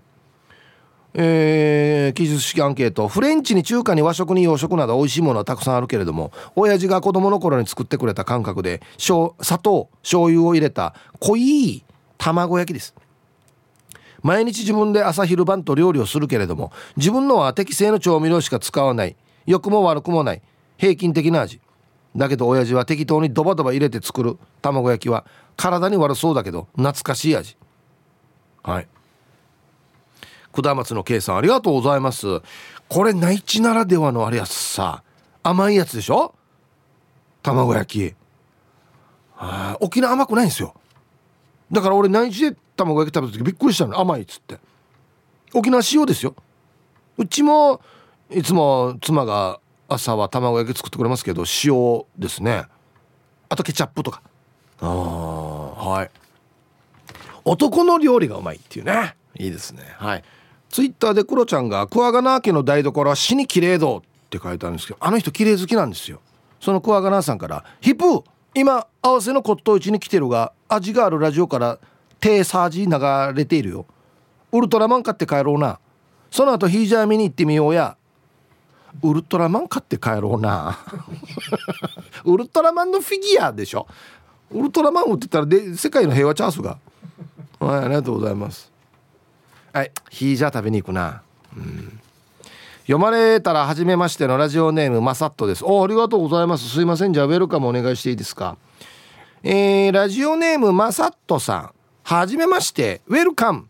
えー、記述式アンケート。フレンチに中華に和食に洋食など美味しいものはたくさんあるけれども、親父が子供の頃に作ってくれた感覚で砂糖醤油を入れた濃い卵焼きです。毎日自分で朝昼晩と料理をするけれども、自分のは適正の調味料しか使わない、良くも悪くもない平均的な味だけど、親父は適当にドバドバ入れて作る卵焼きは体に悪そうだけど懐かしい味。はい、下松の K さん、ありがとうございます。これ内地ならではのあれやつさ、甘いやつでしょ、卵焼き。あ、沖縄甘くないんですよ。だから俺内地で卵焼き食べた時びっくりしたの、甘いっつって。沖縄塩ですよ。うちもいつも妻が朝は卵焼き作ってくれますけど塩ですね。あとケチャップとか。あ、はい、男の料理がうまいっていうね、いいですね。はい、ツイッターでクロちゃんがクワガナー家の台所は死に綺麗どって書いてあるんですけど、あの人綺麗好きなんですよ。そのクワガナーさんから、ヒップ今合わせの骨董市に来てるが味があるラジオからテーサージ流れているよ。ウルトラマン買って帰ろうな。その後ヒージャー見に行ってみようや。ウルトラマン買って帰ろうなウルトラマンのフィギュアでしょ。ウルトラマン売ってたらで世界の平和チャンスが。はい、ありがとうございます。はい、ヒージャー食べに行くな。うん、読まれたら初めましてのラジオネームマサットです。お、ありがとうございます。すいません、じゃあウェルカムお願いしていいですか。えー、ラジオネームマサットさん、はじめまして、ウェルカム。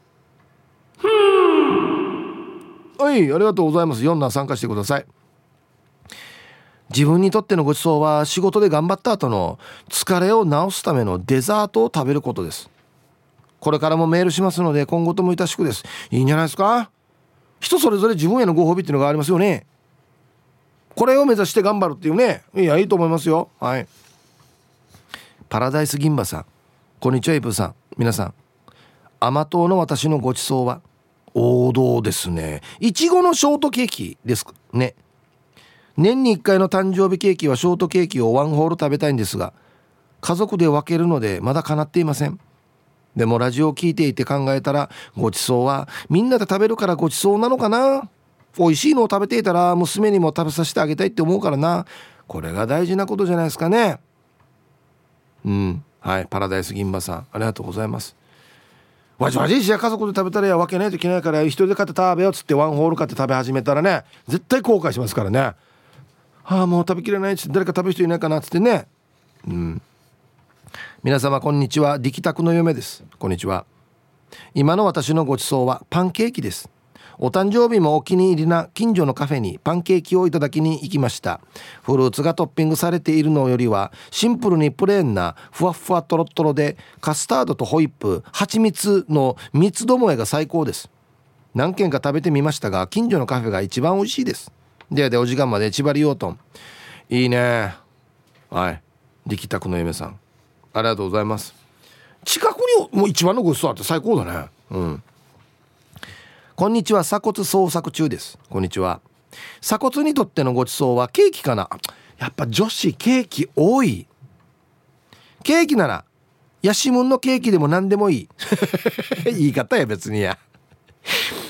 はい、ありがとうございます。よん段参加してください。自分にとってのごちそうは仕事で頑張った後の疲れを治すためのデザートを食べることです。これからもメールしますので今後ともいたしくです。いいんじゃないですか。人それぞれ自分へのご褒美っていうのがありますよね。これを目指して頑張るっていうね、いや、いいと思いますよ。はい、パラダイス銀馬さん、こんにちは。イブさん、皆さん、甘党の私のごちそうは王道ですね。いちごのショートケーキですね。年にいっかいの誕生日ケーキはショートケーキをワンホール食べたいんですが、家族で分けるのでまだ叶っていません。でもラジオを聞いていて考えたら、ごちそうはみんなで食べるからごちそうなのかな。美味しいのを食べていたら娘にも食べさせてあげたいって思うからな。これが大事なことじゃないですかね。うん、はい、パラダイス銀馬さん、ありがとうございます。わじわじしや家族で食べたらや分けないといけないから、一人で買って食べようっつってワンホール買って食べ始めたらね、絶対後悔しますからね。はあ、もう食べきれないっつって、誰か食べる人いないかなっつってね。うん、皆様こんにちは、力宅の嫁です。こんにちは。今の私のごちそうはパンケーキです。お誕生日もお気に入りな近所のカフェにパンケーキをいただきに行きました。フルーツがトッピングされているのよりはシンプルにプレーンなふわふわとろとろで、カスタードとホイップ、蜂蜜の三つどもえが最高です。何軒か食べてみましたが近所のカフェが一番美味しいです。ではでお時間まで千葉りようとん。いいね。はい、力宅の嫁さん、ありがとうございます。近くにもう一番のごちそうあって最高だね。うん。こんにちは、鎖骨捜索中です。こんにちは。鎖骨にとってのごちそうはケーキかな。やっぱ女子ケーキ多い。ケーキならヤシムンのケーキでも何でもいい言い方や別にや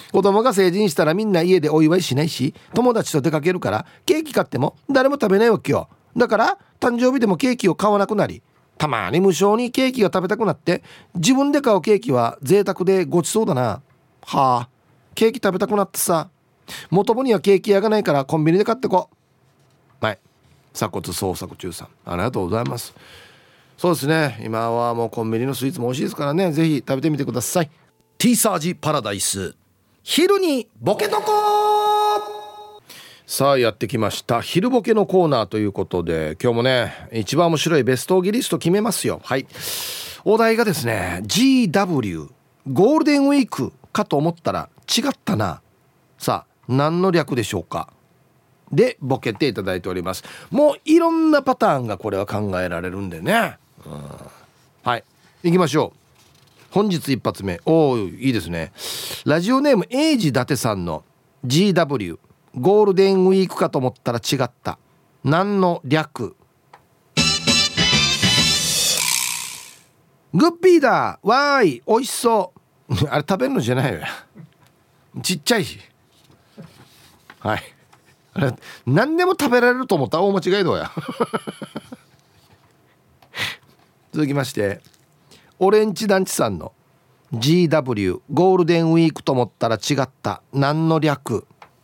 子供が成人したらみんな家でお祝いしないし、友達と出かけるからケーキ買っても誰も食べないわけよ。だから誕生日でもケーキを買わなくなり、たまに無償にケーキが食べたくなって、自分で買うケーキは贅沢でごちそうだな。はあ、ケーキ食べたくなってさ、元々にはケーキ屋がないからコンビニで買ってこう。はい、鎖骨捜索中さん、ありがとうございます。そうですね、今はもうコンビニのスイーツも美味しいですからね、ぜひ食べてみてください。 T サージパラダイス、昼にボケとこ。さあやってきました昼ボケのコーナーということで、今日もね一番面白いベストオギリスト決めますよ。はい、お題がですね ジーダブリュー ゴールデンウィークかと思ったら違ったな。さあ何の略でしょうかでボケていただいております。もういろんなパターンがこれは考えられるんでね、うん、はい行きましょう。本日一発目、おーいいですね。ラジオネームエイジ伊達さんの ジーダブリュー ゴールデンウィークかと思ったら違った、何の略。グッピーだわーいおいしそうあれ食べるのじゃないよちっちゃいし、はい、あれ何でも食べられると思ったら大間違いどうや続きましてオレンジ団地さんの ジーダブリュー ゴールデンウィークと思ったら違った、何の略。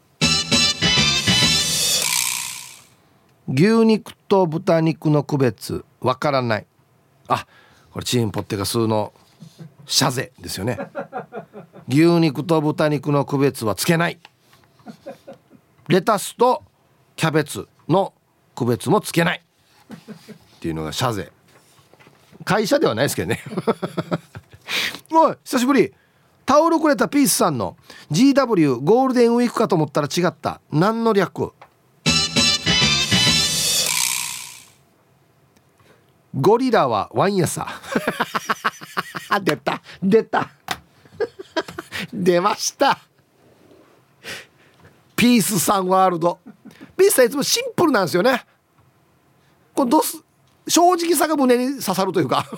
牛肉と豚肉の区別わからない。あ、これチーンポッテガスのシャゼですよね。牛肉と豚肉の区別はつけない。レタスとキャベツの区別もつけないっていうのがシャゼ。会社ではないですけどねおい久しぶり。タオルくれたピースさんの ジーダブリュー ゴールデンウィークかと思ったら違った、何の略。ゴリラはワンヤサ出た出た出ました。ピースさんワールド。ピースさんいつもシンプルなんですよね。これどうす正直さが胸に刺さるというか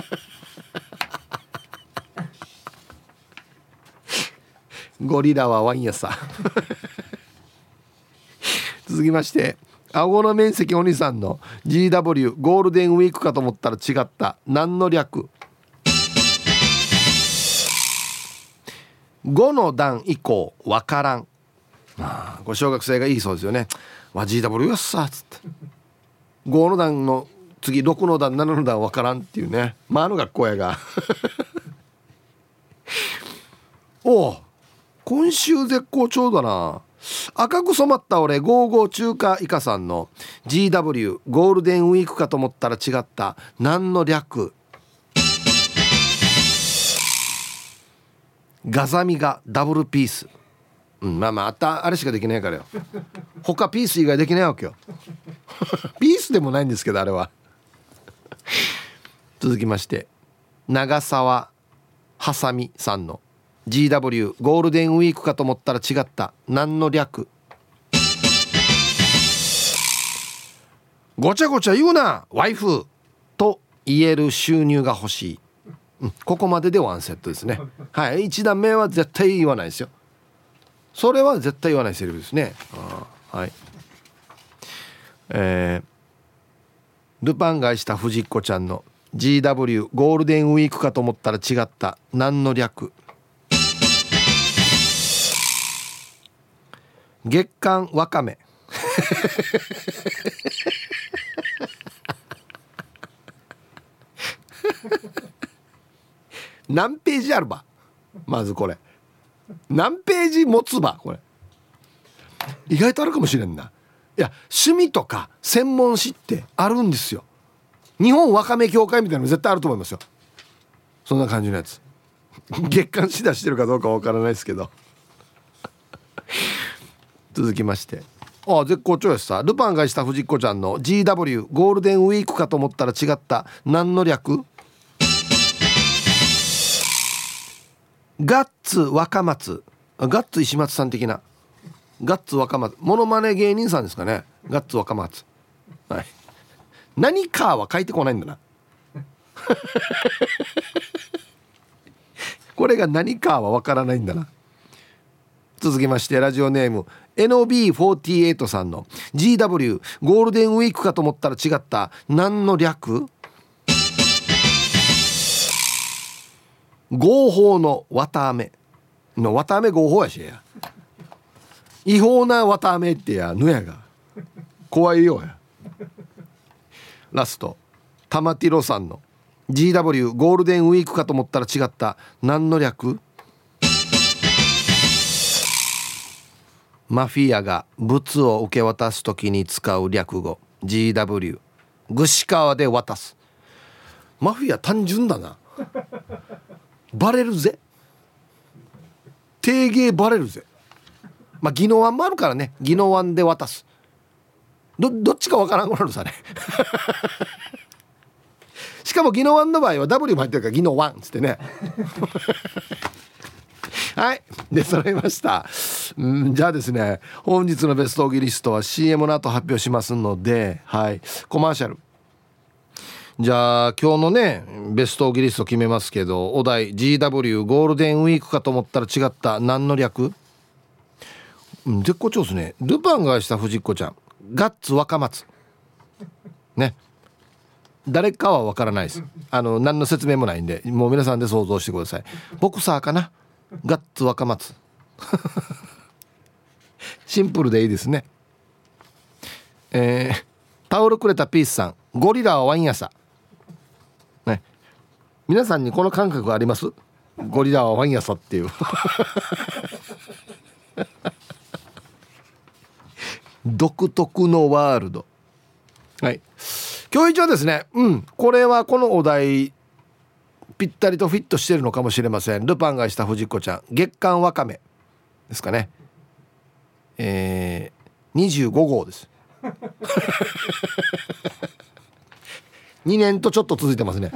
ゴリラはワンヤサ続きまして顎の面積お兄さんの ジーダブリュー ゴールデンウィークかと思ったら違った、何の略。ごの段以降わからん。ああ、これ小学生がいいそうですよね。わ ジーダブリュー よっさっつってごの段の次ろくの段ななの段わからんっていうね。まああの学校やがおう今週絶好調だな。赤く染まった俺ゴーゴー中華イカさんの ジーダブリュー ゴールデンウィークかと思ったら違った、何の略。ガザミがダブルピース、うん、まあまああったあれしかできないからよ他ピース以外できないわけよピースでもないんですけどあれは続きまして長澤はさみさんの ジーダブリュー ゴールデンウィークかと思ったら違った、何の略。ごちゃごちゃ言うなワイフと言える収入が欲しい、うん、ここまででワンセットですね。はい、いち段目は絶対言わないですよ。それは絶対言わないセリフですね。あ、はい、えー、ルパンがした藤子ちゃんの ジーダブリュー ゴールデンウィークかと思ったら違った、何の略。月刊わかめ何ページあるば、まずこれ何ページ持つば、これ意外とあるかもしれんな。いや趣味とか専門誌ってあるんですよ。日本わかめ協会みたいなの絶対あると思いますよ。そんな感じのやつ月刊誌出してるかどうかわからないですけど続きまして、ああ絶好調やしさ。ルパンがした藤子ちゃんの ジーダブリュー ゴールデンウィークかと思ったら違った、何の略。ガッツ若松、ガッツ石松さん的な、ガッツ若松モノマネ芸人さんですかね。ガッツ若松、はい、何かは書いてこないんだなこれが何かはわからないんだな。 続きましてラジオネーム エヌビーフォーティーエイト さんの ジーダブリュー ゴールデンウィークかと思ったら違った。何の略？合法の綿あめの綿あめ合法やしや。違法な綿あめってやぬやが怖いよや。ラスト玉ティロさんの ジーダブリュー ゴールデンウィークかと思ったら違った。何の略？マフィアが物を受け渡すときに使う略語 ジーダブリュー 串川で渡す。マフィア単純だな。バレるぜ。定芸バレるぜ。まあ宜野湾もあるからね。宜野湾で渡す。 ど, どっちかわからんくなるさね。しかも宜野湾の場合は ダブリュー も入ってるから宜野湾っつってね。はいで揃いました。んじゃあですね、本日のベストオギリストは シーエム の後発表しますので、はいコマーシャル。じゃあ今日のねベストオギリスト決めますけど、お題 ジーダブリュー ゴールデンウィークかと思ったら違った。何の略？絶好調ですね。ルパンがした藤子ちゃん、ガッツ若松ね。誰かは分からないです。あの何の説明もないんで、もう皆さんで想像してください。ボクサーかな、ガッツ若松。シンプルでいいですね。えー、タオルくれたピースさん、ゴリラはワイン屋さね。皆さんにこの感覚あります？ゴリラはワイン屋さっていう独特のワールド。はい、今日一はですね、うんこれはこのお題ぴったりとフィットしてるのかもしれません。ルパンがした藤子ちゃん、月刊わかめですかね。えー、にじゅうご号です。にねんとちょっと続いてますね。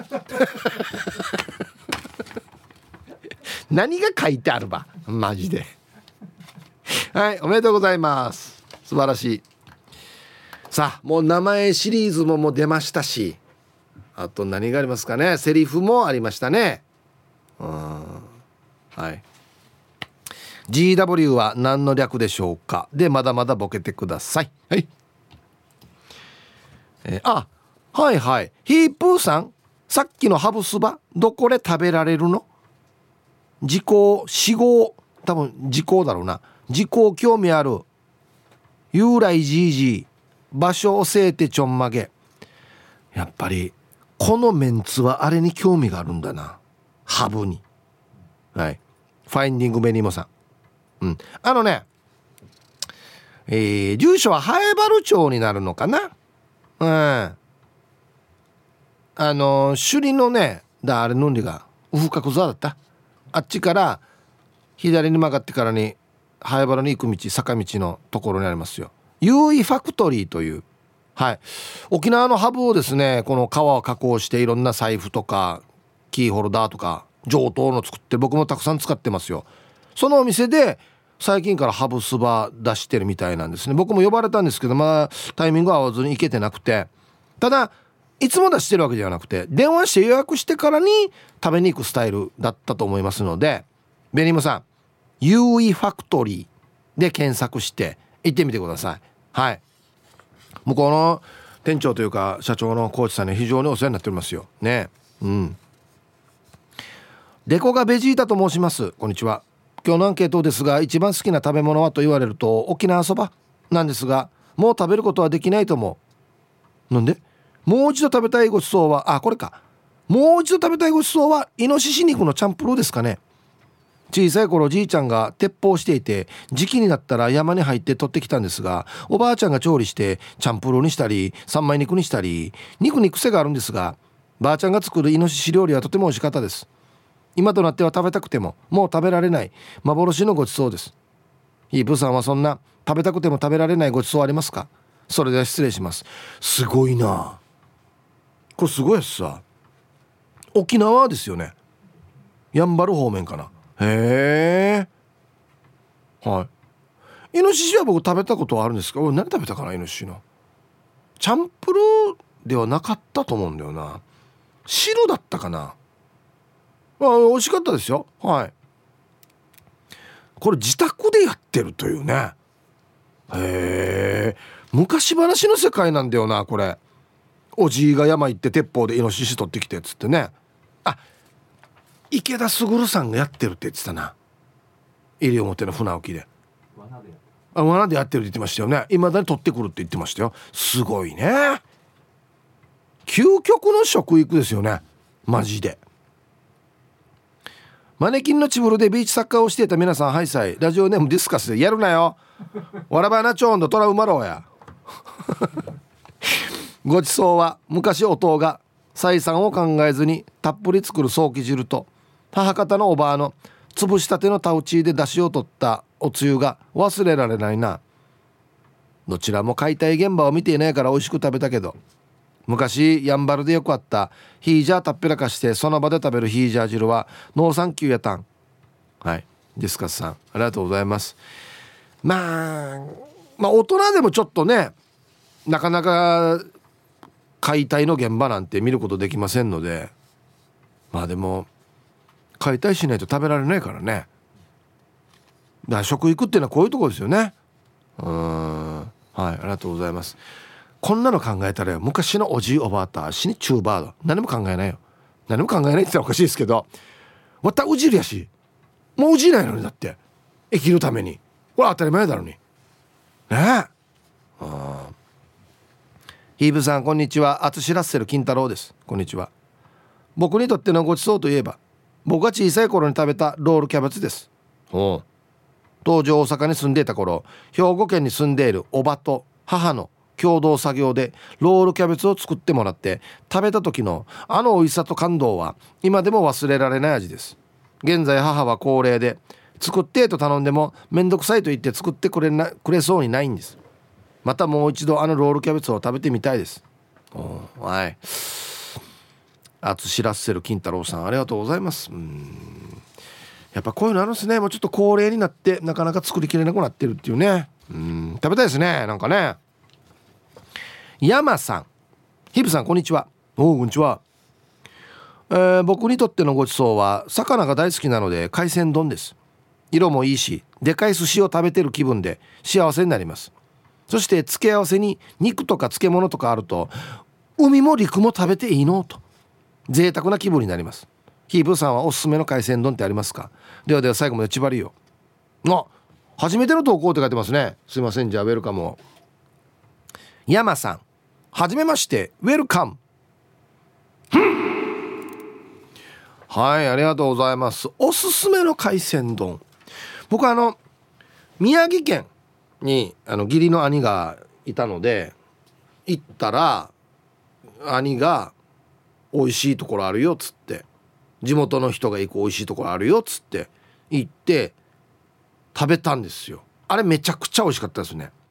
何が書いてあるばマジで。はいおめでとうございます。素晴らしい。さあもう名前シリーズももう出ましたし、あと何がありますかね。セリフもありましたね。うんはい。 ジーダブリュー は何の略でしょうか。でまだまだボケてください。はい、えー、あはいはいヒープーさん、さっきのハブスバどこで食べられるの？時効死後多分時効だろうな。時効興味ある。由来じいじ場所教えてちょんまげ。やっぱりこのメンツはあれに興味があるんだな、ハブに。はい、ファインディングベニモさん、うん、あのね、えー、住所は南原町になるのかな。うん、あの首里のねだあれのんりがウフカクザだった。あっちから左に曲がってからに南原に行く道、坂道のところにありますよ、ユイファクトリーという、はい、沖縄のハブをですね、この革を加工していろんな財布とかキーホルダーとか上等の作って僕もたくさん使ってますよ。そのお店で最近からハブスバ出してるみたいなんですね。僕も呼ばれたんですけどまだタイミング合わずに行けてなくて、ただいつも出してるわけではなくて電話して予約してからに食べに行くスタイルだったと思いますので、ベニムさん ユイファクトリーで検索して行ってみてください。はい、向こうの店長というか社長のコーチさんに非常にお世話になっておりますよね。うん。デコがベジータと申します。こんにちは。今日のアンケートですが、一番好きな食べ物はと言われると沖縄そばなんですが、もう食べることはできないと思う。なんで？もう一度食べたいごちそうは、あ、これか。もう一度食べたいごちそうはイノシシ肉のチャンプルーですかね。小さい頃じいちゃんが鉄砲していて、時期になったら山に入って取ってきたんですが、おばあちゃんが調理してチャンプルーにしたり三枚肉にしたり、肉に癖があるんですが、ばあちゃんが作るイノシシ料理はとても美味しかったです。今となっては食べたくてももう食べられない幻のごちそうです。イープーさんはそんな食べたくても食べられないごちそうありますか？それでは失礼します。すごいな、これすごいやつさ。沖縄ですよね。やんばる方面かな。へえ。はい。イノシシは僕食べたことはあるんですけど、俺何食べたかな、イノシシのチャンプルーではなかったと思うんだよな。汁だったかな。あ、美味しかったですよ。はい。 これ自宅でやってるというね。へえ、昔話の世界なんだよなこれ。おじいが山行って鉄砲でイノシシ取ってきてっつってね。あ、池田卓さんがやってるって言ってたな。西表の船沖であ罠でやってるって言ってましたよね。未だに取ってくるって言ってましたよ。すごいね。究極の食育ですよねマジで。マネキンのチブルでビーチサッカーをしていた皆さん、ハイサイ。ラジオネームディスカスでやるなよわらばなちょんどトラウマローやごちそうは昔お父が採算を考えずにたっぷり作るソーキ汁と母方のおばあの潰したてのタウチーで出汁を取ったおつゆが忘れられないな。どちらも解体現場を見ていないから美味しく食べたけど、昔やんばるでよくあったヒージャーたっぺらかしてその場で食べるヒージャー汁はノーサンキューやたん。はい、ディスカスさんありがとうございます。まあまあ大人でもちょっとねなかなか解体の現場なんて見ることできませんので、まあでも解体しないと食べられないからね。だから食育っていうのはこういうところですよね。うーん、はい、ありがとうございます。こんなの考えたらよ、昔のおじいおばあた死にチューバード何も考えないよ。何も考えないって言ったらおかしいですけど、わったうじるやしもううじないのに、だって生きるためにこれ当たり前だろうにねえ。ああ、ヒーブさんこんにちは。アツシラッセル金太郎です。こんにちは。僕にとってのごちそうといえば僕が小さい頃に食べたロールキャベツです。おう、当時大阪に住んでいた頃、兵庫県に住んでいるおばと母の共同作業でロールキャベツを作ってもらって食べた時のあの美味しさと感動は今でも忘れられない味です。現在母は高齢で作ってと頼んでもめんどくさいと言って作ってくれな、くれそうにないんです。またもう一度あのロールキャベツを食べてみたいです。お、はい、あつしらっせる金太郎さんありがとうございます。うーん、やっぱこういうのあるんですね。もうちょっと高齢になってなかなか作りきれなくなってるっていうね。うーん、食べたいですねなんかね。山さん、ヒブさんこんにちは。おう、こんにちは。えー、僕にとってのごちそうは魚が大好きなので海鮮丼です。色もいいしでかい寿司を食べてる気分で幸せになります。そして付け合わせに肉とか漬物とかあると海も陸も食べていいのと贅沢な気分になります。ヒーブさんはおすすめの海鮮丼ってありますか？ではでは最後まで縛りよ。あ、初めての投稿って書いてますね。すいません、じゃあウェルカムを。山さん、はじめまして、ウェルカム。はい、ありがとうございます。おすすめの海鮮丼、僕はあの宮城県にあの義理の兄がいたので行ったら兄が美味しいところあるよっつって、地元の人が行く美味しいところあるよっつって行って食べたんですよ。あれめちゃくちゃ美味しかったですね。